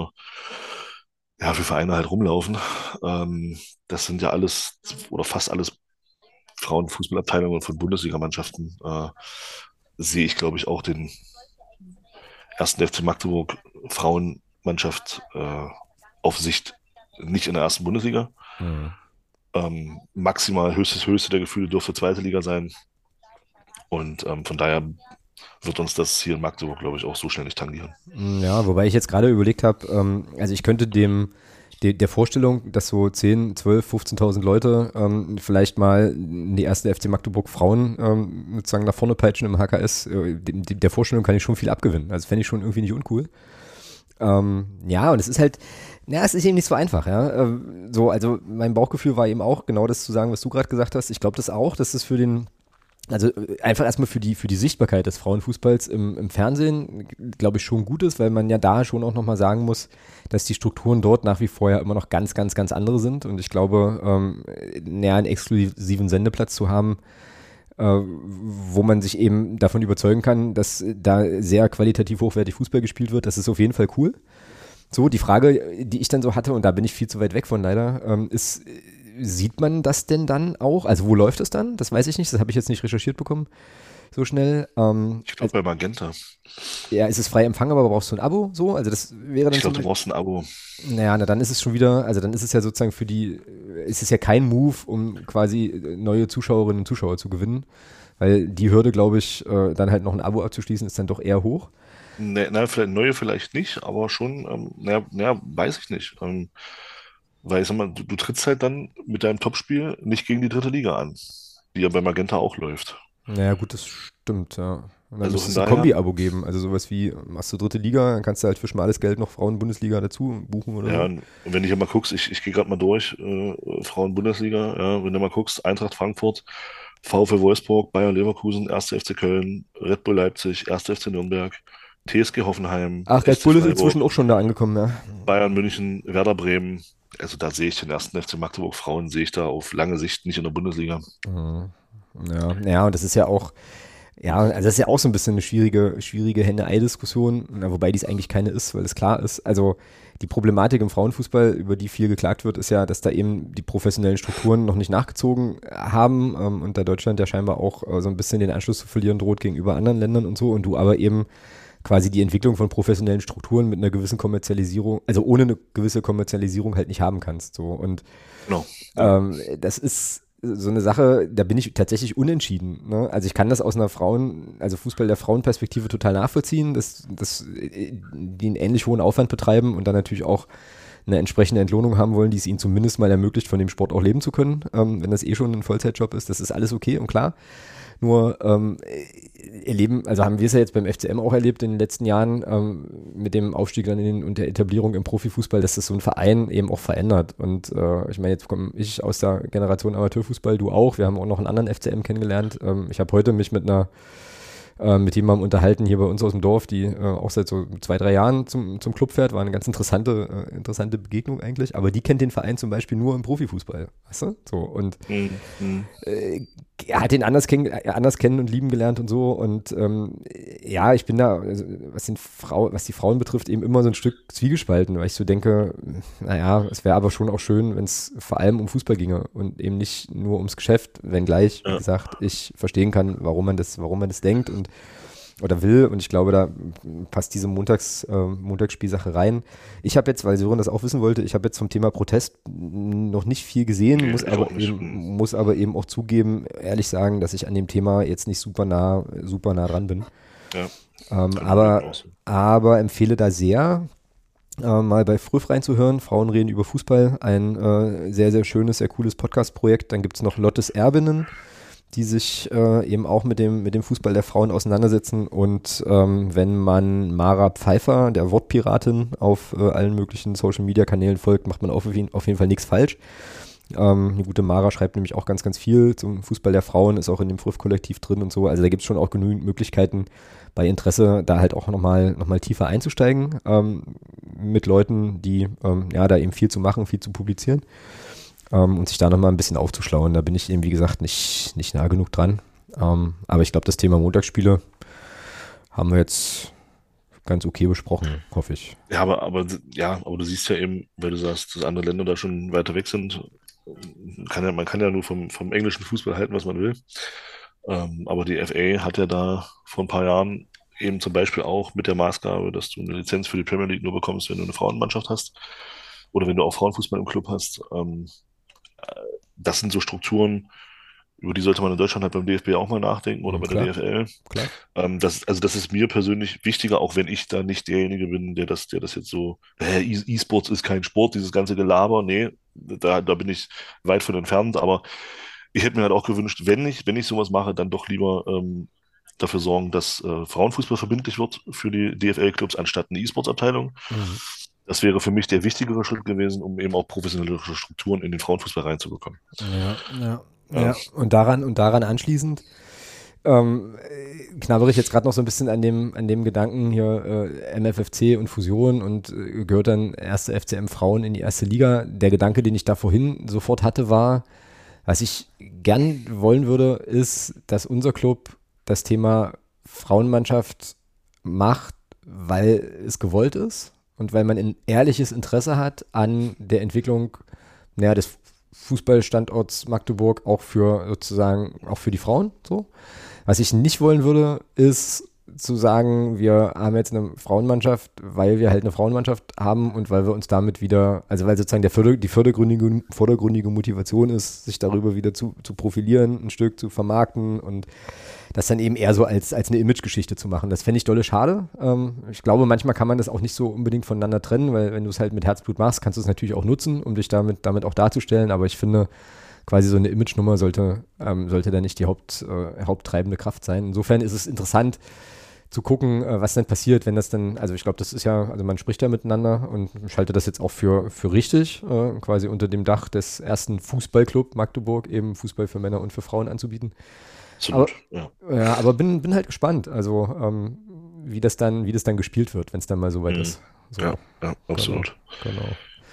für Vereine halt rumlaufen. Das sind ja alles oder fast alles Frauenfußballabteilungen von Bundesligamannschaften. Sehe ich, glaube ich, auch den ersten FC Magdeburg Frauenmannschaft auf Sicht nicht in der ersten Bundesliga. Mhm. Maximal höchste der Gefühle dürfte zweite Liga sein. Und von daher wird uns das hier in Magdeburg, glaube ich, auch so schnell nicht tangieren. Ja, wobei ich jetzt gerade überlegt habe, also ich könnte der Vorstellung, dass so 10, 12, 15.000 Leute vielleicht mal die erste FC Magdeburg Frauen sozusagen nach vorne peitschen im HKS, der Vorstellung kann ich schon viel abgewinnen. Also fände ich schon irgendwie nicht uncool. Ja, und es ist halt, ja, es ist eben nicht so einfach, ja. Also mein Bauchgefühl war eben auch genau das zu sagen, was du gerade gesagt hast. Ich glaube das auch, dass es einfach erstmal für die Sichtbarkeit des Frauenfußballs im Fernsehen, glaube ich, schon gut ist, weil man ja da schon auch nochmal sagen muss, dass die Strukturen dort nach wie vor ja immer noch ganz, ganz, ganz andere sind. Und ich glaube, einen exklusiven Sendeplatz zu haben, wo man sich eben davon überzeugen kann, dass da sehr qualitativ hochwertig Fußball gespielt wird, das ist auf jeden Fall cool. So, die Frage, die ich dann so hatte, und da bin ich viel zu weit weg von leider, ist, sieht man das denn dann auch? Also wo läuft es dann? Das weiß ich nicht, das habe ich jetzt nicht recherchiert bekommen so schnell. Ich glaube bei Magenta. Ja, ist es frei empfangbar, aber brauchst du ein Abo so? Also das wäre dann Ich zum glaube, du Beispiel, brauchst ein Abo. naja, dann ist es schon wieder, also dann ist es ja sozusagen ist es ja kein Move, um quasi neue Zuschauerinnen und Zuschauer zu gewinnen, weil die Hürde, glaube ich, dann halt noch ein Abo abzuschließen, ist dann doch eher hoch. Ne, na, vielleicht neue vielleicht nicht, aber schon, weiß ich nicht. Weil ich sag mal, du trittst halt dann mit deinem Topspiel nicht gegen die dritte Liga an, die ja bei Magenta auch läuft. Naja, gut, das stimmt, ja. Und dann Also müsste es von ein daher- Kombi-Abo geben. Also sowas wie, machst du dritte Liga, dann kannst du halt für schmales Geld noch Frauen-Bundesliga dazu buchen oder Ja, so. und wenn du hier mal guckst, ich gehe gerade mal durch, Frauen-Bundesliga, ja, wenn du mal guckst, Eintracht Frankfurt, VfL Wolfsburg, Bayer Leverkusen, 1. FC Köln, Red Bull Leipzig, 1. FC Nürnberg, TSG Hoffenheim, Ach, Red SC Bull ist Freiburg, inzwischen auch schon da angekommen, ja. Bayern München, Werder Bremen. Also da sehe ich den 1. FC Magdeburg Frauen, sehe ich da auf lange Sicht nicht in der Bundesliga. Mhm. Ja, und das ist ja auch, ja, also das ist ja auch so ein bisschen eine schwierige Henne-Ei-Diskussion, wobei dies eigentlich keine ist, weil es klar ist. Also die Problematik im Frauenfußball, über die viel geklagt wird, ist ja, dass da eben die professionellen Strukturen noch nicht nachgezogen haben und da Deutschland ja scheinbar auch so ein bisschen den Anschluss zu verlieren droht gegenüber anderen Ländern und so und du aber eben quasi die Entwicklung von professionellen Strukturen mit einer gewissen Kommerzialisierung, also ohne eine gewisse Kommerzialisierung halt nicht haben kannst. So. Und Genau. das ist so eine Sache, da bin ich tatsächlich unentschieden. Ne? Also ich kann das aus einer also Fußball der Frauenperspektive total nachvollziehen, dass die einen ähnlich hohen Aufwand betreiben und dann natürlich auch eine entsprechende Entlohnung haben wollen, die es ihnen zumindest mal ermöglicht, von dem Sport auch leben zu können, wenn das eh schon ein Vollzeitjob ist. Das ist alles okay und klar. Nur also haben wir es ja jetzt beim FCM auch erlebt in den letzten Jahren mit dem Aufstieg dann und der Etablierung im Profifußball, dass das so ein Verein eben auch verändert. Und ich meine, jetzt komme ich aus der Generation Amateurfußball, du auch. Wir haben auch noch einen anderen FCM kennengelernt. Ich habe heute mich mit jemandem unterhalten hier bei uns aus dem Dorf, die auch seit so 2-3 Jahren zum Club fährt. War eine ganz interessante Begegnung eigentlich. Aber die kennt den Verein zum Beispiel nur im Profifußball. Weißt du? So, und er hat ihn anders kennen und lieben gelernt und so. Und ja, ich bin da, also, was die Frauen betrifft, eben immer so ein Stück zwiegespalten, weil ich so denke, naja, es wäre aber schon auch schön, wenn es vor allem um Fußball ginge und eben nicht nur ums Geschäft, wenngleich, wie gesagt, ich verstehen kann, warum man das denkt oder will. Und ich glaube, da passt diese Montagsspielsache rein. Ich habe jetzt, weil Sören das auch wissen wollte, ich habe jetzt vom Thema Protest noch nicht viel gesehen, muss aber eben auch zugeben, ehrlich sagen, dass ich an dem Thema jetzt nicht super nah dran bin. Ja. Aber empfehle da sehr, mal bei Früff reinzuhören. Frauen reden über Fußball. Ein sehr, sehr schönes, sehr cooles Podcast-Projekt. Dann gibt es noch Lottes Erbinnen, die sich eben auch mit dem Fußball der Frauen auseinandersetzen. Und wenn man Mara Pfeiffer, der Wortpiratin, auf allen möglichen Social-Media-Kanälen folgt, macht man auf jeden Fall nichts falsch. Eine gute Mara schreibt nämlich auch ganz, ganz viel zum Fußball der Frauen, ist auch in dem Früff-Kollektiv drin und so. Also da gibt es schon auch genügend Möglichkeiten, bei Interesse da halt auch nochmal tiefer einzusteigen mit Leuten, die da eben viel zu machen, viel zu publizieren. Und sich da nochmal ein bisschen aufzuschlauen. Da bin ich eben, wie gesagt, nicht nah genug dran. Aber ich glaube, das Thema Montagsspiele haben wir jetzt ganz okay besprochen, hoffe ich. Ja, aber du siehst ja eben, weil du sagst, dass andere Länder da schon weiter weg sind, man kann ja nur vom englischen Fußball halten, was man will. Aber die FA hat ja da vor ein paar Jahren eben zum Beispiel auch mit der Maßgabe, dass du eine Lizenz für die Premier League nur bekommst, wenn du eine Frauenmannschaft hast oder wenn du auch Frauenfußball im Club hast. Das sind so Strukturen, über die sollte man in Deutschland halt beim DFB auch mal nachdenken oder bei der DFL. Klar. Das ist mir persönlich wichtiger, auch wenn ich da nicht derjenige bin, der das jetzt so, E-Sports ist kein Sport, dieses ganze Gelaber, nee, da bin ich weit von entfernt, aber ich hätte mir halt auch gewünscht, wenn ich sowas mache, dann doch lieber dafür sorgen, dass Frauenfußball verbindlich wird für die DFL-Clubs anstatt eine E-Sports-Abteilung. Das wäre für mich der wichtigere Schritt gewesen, um eben auch professionellere Strukturen in den Frauenfußball reinzubekommen. Ja. Und daran anschließend knabbere ich jetzt gerade noch so ein bisschen an dem Gedanken hier MFFC und Fusion und gehört dann erste FCM Frauen in die erste Liga. Der Gedanke, den ich da vorhin sofort hatte, war, was ich gern wollen würde, ist, dass unser Club das Thema Frauenmannschaft macht, weil es gewollt ist und weil man ein ehrliches Interesse hat an der Entwicklung des Fußballstandorts Magdeburg auch für die Frauen. So. Was ich nicht wollen würde, ist zu sagen, wir haben jetzt eine Frauenmannschaft, weil wir halt eine Frauenmannschaft haben und weil wir uns damit wieder, also weil sozusagen die vordergründige Motivation ist, sich darüber wieder zu profilieren, ein Stück zu vermarkten und das dann eben eher so als eine Imagegeschichte zu machen. Das fände ich dolle schade. Ich glaube, manchmal kann man das auch nicht so unbedingt voneinander trennen, weil wenn du es halt mit Herzblut machst, kannst du es natürlich auch nutzen, um dich damit auch darzustellen, aber ich finde, quasi so eine Image-Nummer sollte da nicht die haupttreibende Kraft sein. Insofern ist es interessant zu gucken, was dann passiert, wenn das dann, also ich glaube, das ist ja, also man spricht ja miteinander und ich halte das jetzt auch für richtig, quasi unter dem Dach des ersten Fußballclub Magdeburg eben Fußball für Männer und für Frauen anzubieten. Absolut, ja, aber bin halt gespannt, also wie das dann gespielt wird, wenn es dann mal soweit ist. So. Ja, absolut. Genau.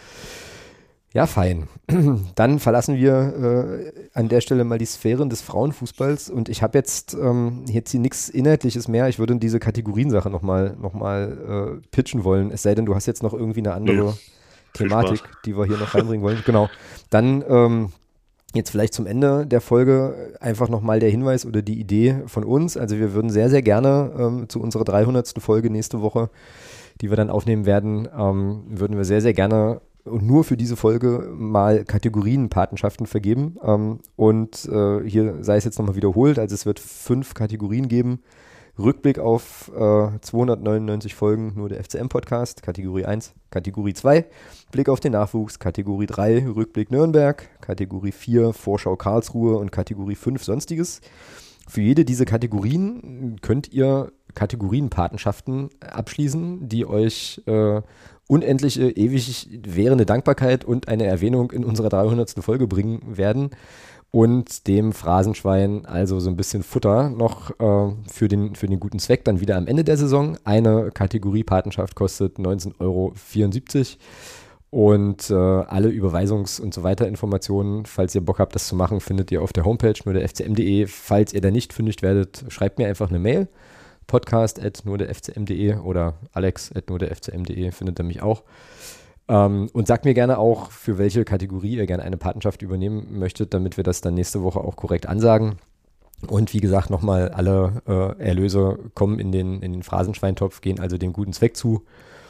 Ja, fein. Dann verlassen wir an der Stelle mal die Sphären des Frauenfußballs und ich habe jetzt hier nichts Inhaltliches mehr. Ich würde diese Kategoriensache nochmal pitchen wollen, es sei denn, du hast jetzt noch irgendwie eine andere Thematik, die wir hier noch reinbringen wollen. Genau. Dann jetzt vielleicht zum Ende der Folge einfach nochmal der Hinweis oder die Idee von uns. Also wir würden sehr, sehr gerne zu unserer 300. Folge nächste Woche, die wir dann aufnehmen werden, würden wir sehr, sehr gerne und nur für diese Folge mal Kategorienpatenschaften vergeben. Und hier sei es jetzt nochmal wiederholt, also es wird 5 Kategorien geben. Rückblick auf 299 Folgen nur der FCM-Podcast, Kategorie 1, Kategorie 2, Blick auf den Nachwuchs, Kategorie 3, Rückblick Nürnberg, Kategorie 4, Vorschau Karlsruhe und Kategorie 5, Sonstiges. Für jede dieser Kategorien könnt ihr Kategorienpatenschaften abschließen, die euch unendliche, ewig währende Dankbarkeit und eine Erwähnung in unserer 300. Folge bringen werden und dem Phrasenschwein also so ein bisschen Futter noch für den guten Zweck dann wieder am Ende der Saison. Eine Kategorie Patenschaft kostet 19,74 € und alle Überweisungs- und so weiter Informationen, falls ihr Bock habt, das zu machen, findet ihr auf der Homepage nur der FCM.de. Falls ihr da nicht fündig werdet, schreibt mir einfach eine Mail. podcast@nurderfcm.de oder alex@nurderfcm.de findet ihr mich auch. Und sagt mir gerne auch, für welche Kategorie ihr gerne eine Patenschaft übernehmen möchtet, damit wir das dann nächste Woche auch korrekt ansagen. Und wie gesagt, nochmal, alle Erlöse kommen in den Phrasenschweintopf, gehen also dem guten Zweck zu.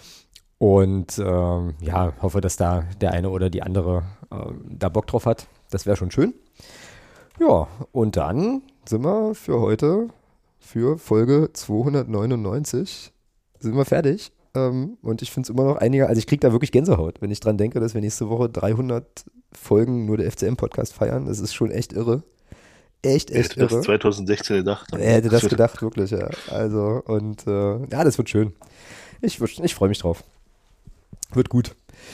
Und hoffe, dass da der eine oder die andere da Bock drauf hat. Das wäre schon schön. Ja, und dann sind wir für heute für Folge 299 sind wir fertig. Und ich finde es immer noch also ich kriege da wirklich Gänsehaut, wenn ich dran denke, dass wir nächste Woche 300 Folgen nur der FCM-Podcast feiern. Das ist schon echt irre. Echt irre. Hätte das 2016 gedacht. Wer hätte das gedacht, wirklich, ja. Also, und das wird schön. Ich freue mich drauf. Wird gut.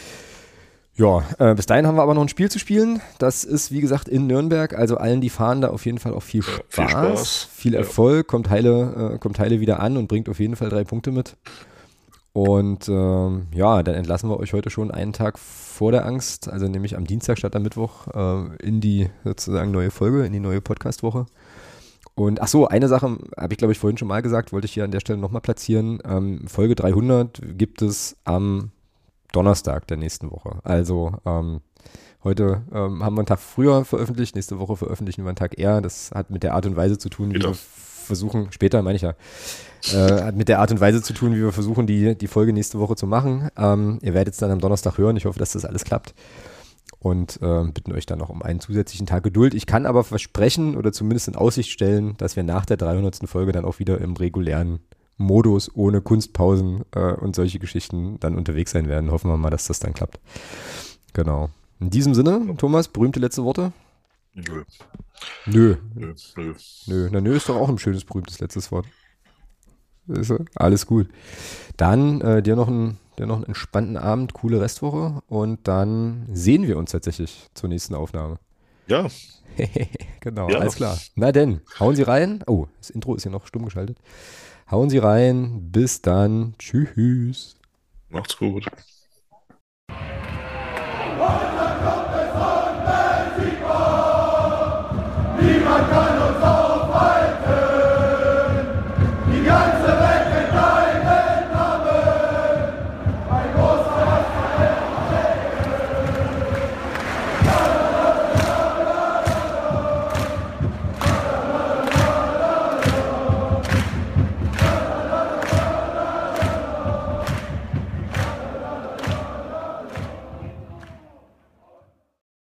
Ja, bis dahin haben wir aber noch ein Spiel zu spielen. Das ist, wie gesagt, in Nürnberg. Also allen, die fahren, da auf jeden Fall auch viel Spaß. Viel Erfolg, kommt heile wieder an und bringt auf jeden Fall 3 Punkte mit. Und dann entlassen wir euch heute schon einen Tag vor der Angst, also nämlich am Dienstag statt am Mittwoch, in die sozusagen neue Folge, in die neue Podcast-Woche. Und ach so, eine Sache habe ich, glaube ich, vorhin schon mal gesagt, wollte ich hier an der Stelle nochmal platzieren. Folge 300 gibt es am Donnerstag der nächsten Woche. Also heute haben wir einen Tag früher veröffentlicht, nächste Woche veröffentlichen wir einen Tag eher. Das hat mit der Art und Weise zu tun, wie wir versuchen, später meine ich ja, hat mit der Art und Weise zu tun, wie wir versuchen, die Folge nächste Woche zu machen. Ihr werdet es dann am Donnerstag hören. Ich hoffe, dass das alles klappt. Und bitten euch dann noch um einen zusätzlichen Tag Geduld. Ich kann aber versprechen oder zumindest in Aussicht stellen, dass wir nach der 300. Folge dann auch wieder im regulären Modus ohne Kunstpausen und solche Geschichten dann unterwegs sein werden. Hoffen wir mal, dass das dann klappt. Genau. In diesem Sinne, Thomas, berühmte letzte Worte? Nö. Na, nö ist doch auch ein schönes, berühmtes letztes Wort. Alles gut. Dann dir noch einen entspannten Abend, coole Restwoche und dann sehen wir uns tatsächlich zur nächsten Aufnahme. Ja. Genau, ja. Alles klar. Na denn, hauen Sie rein. Oh, das Intro ist hier noch stumm geschaltet. Hauen Sie rein. Bis dann. Tschüss. Macht's gut. Niemand kann uns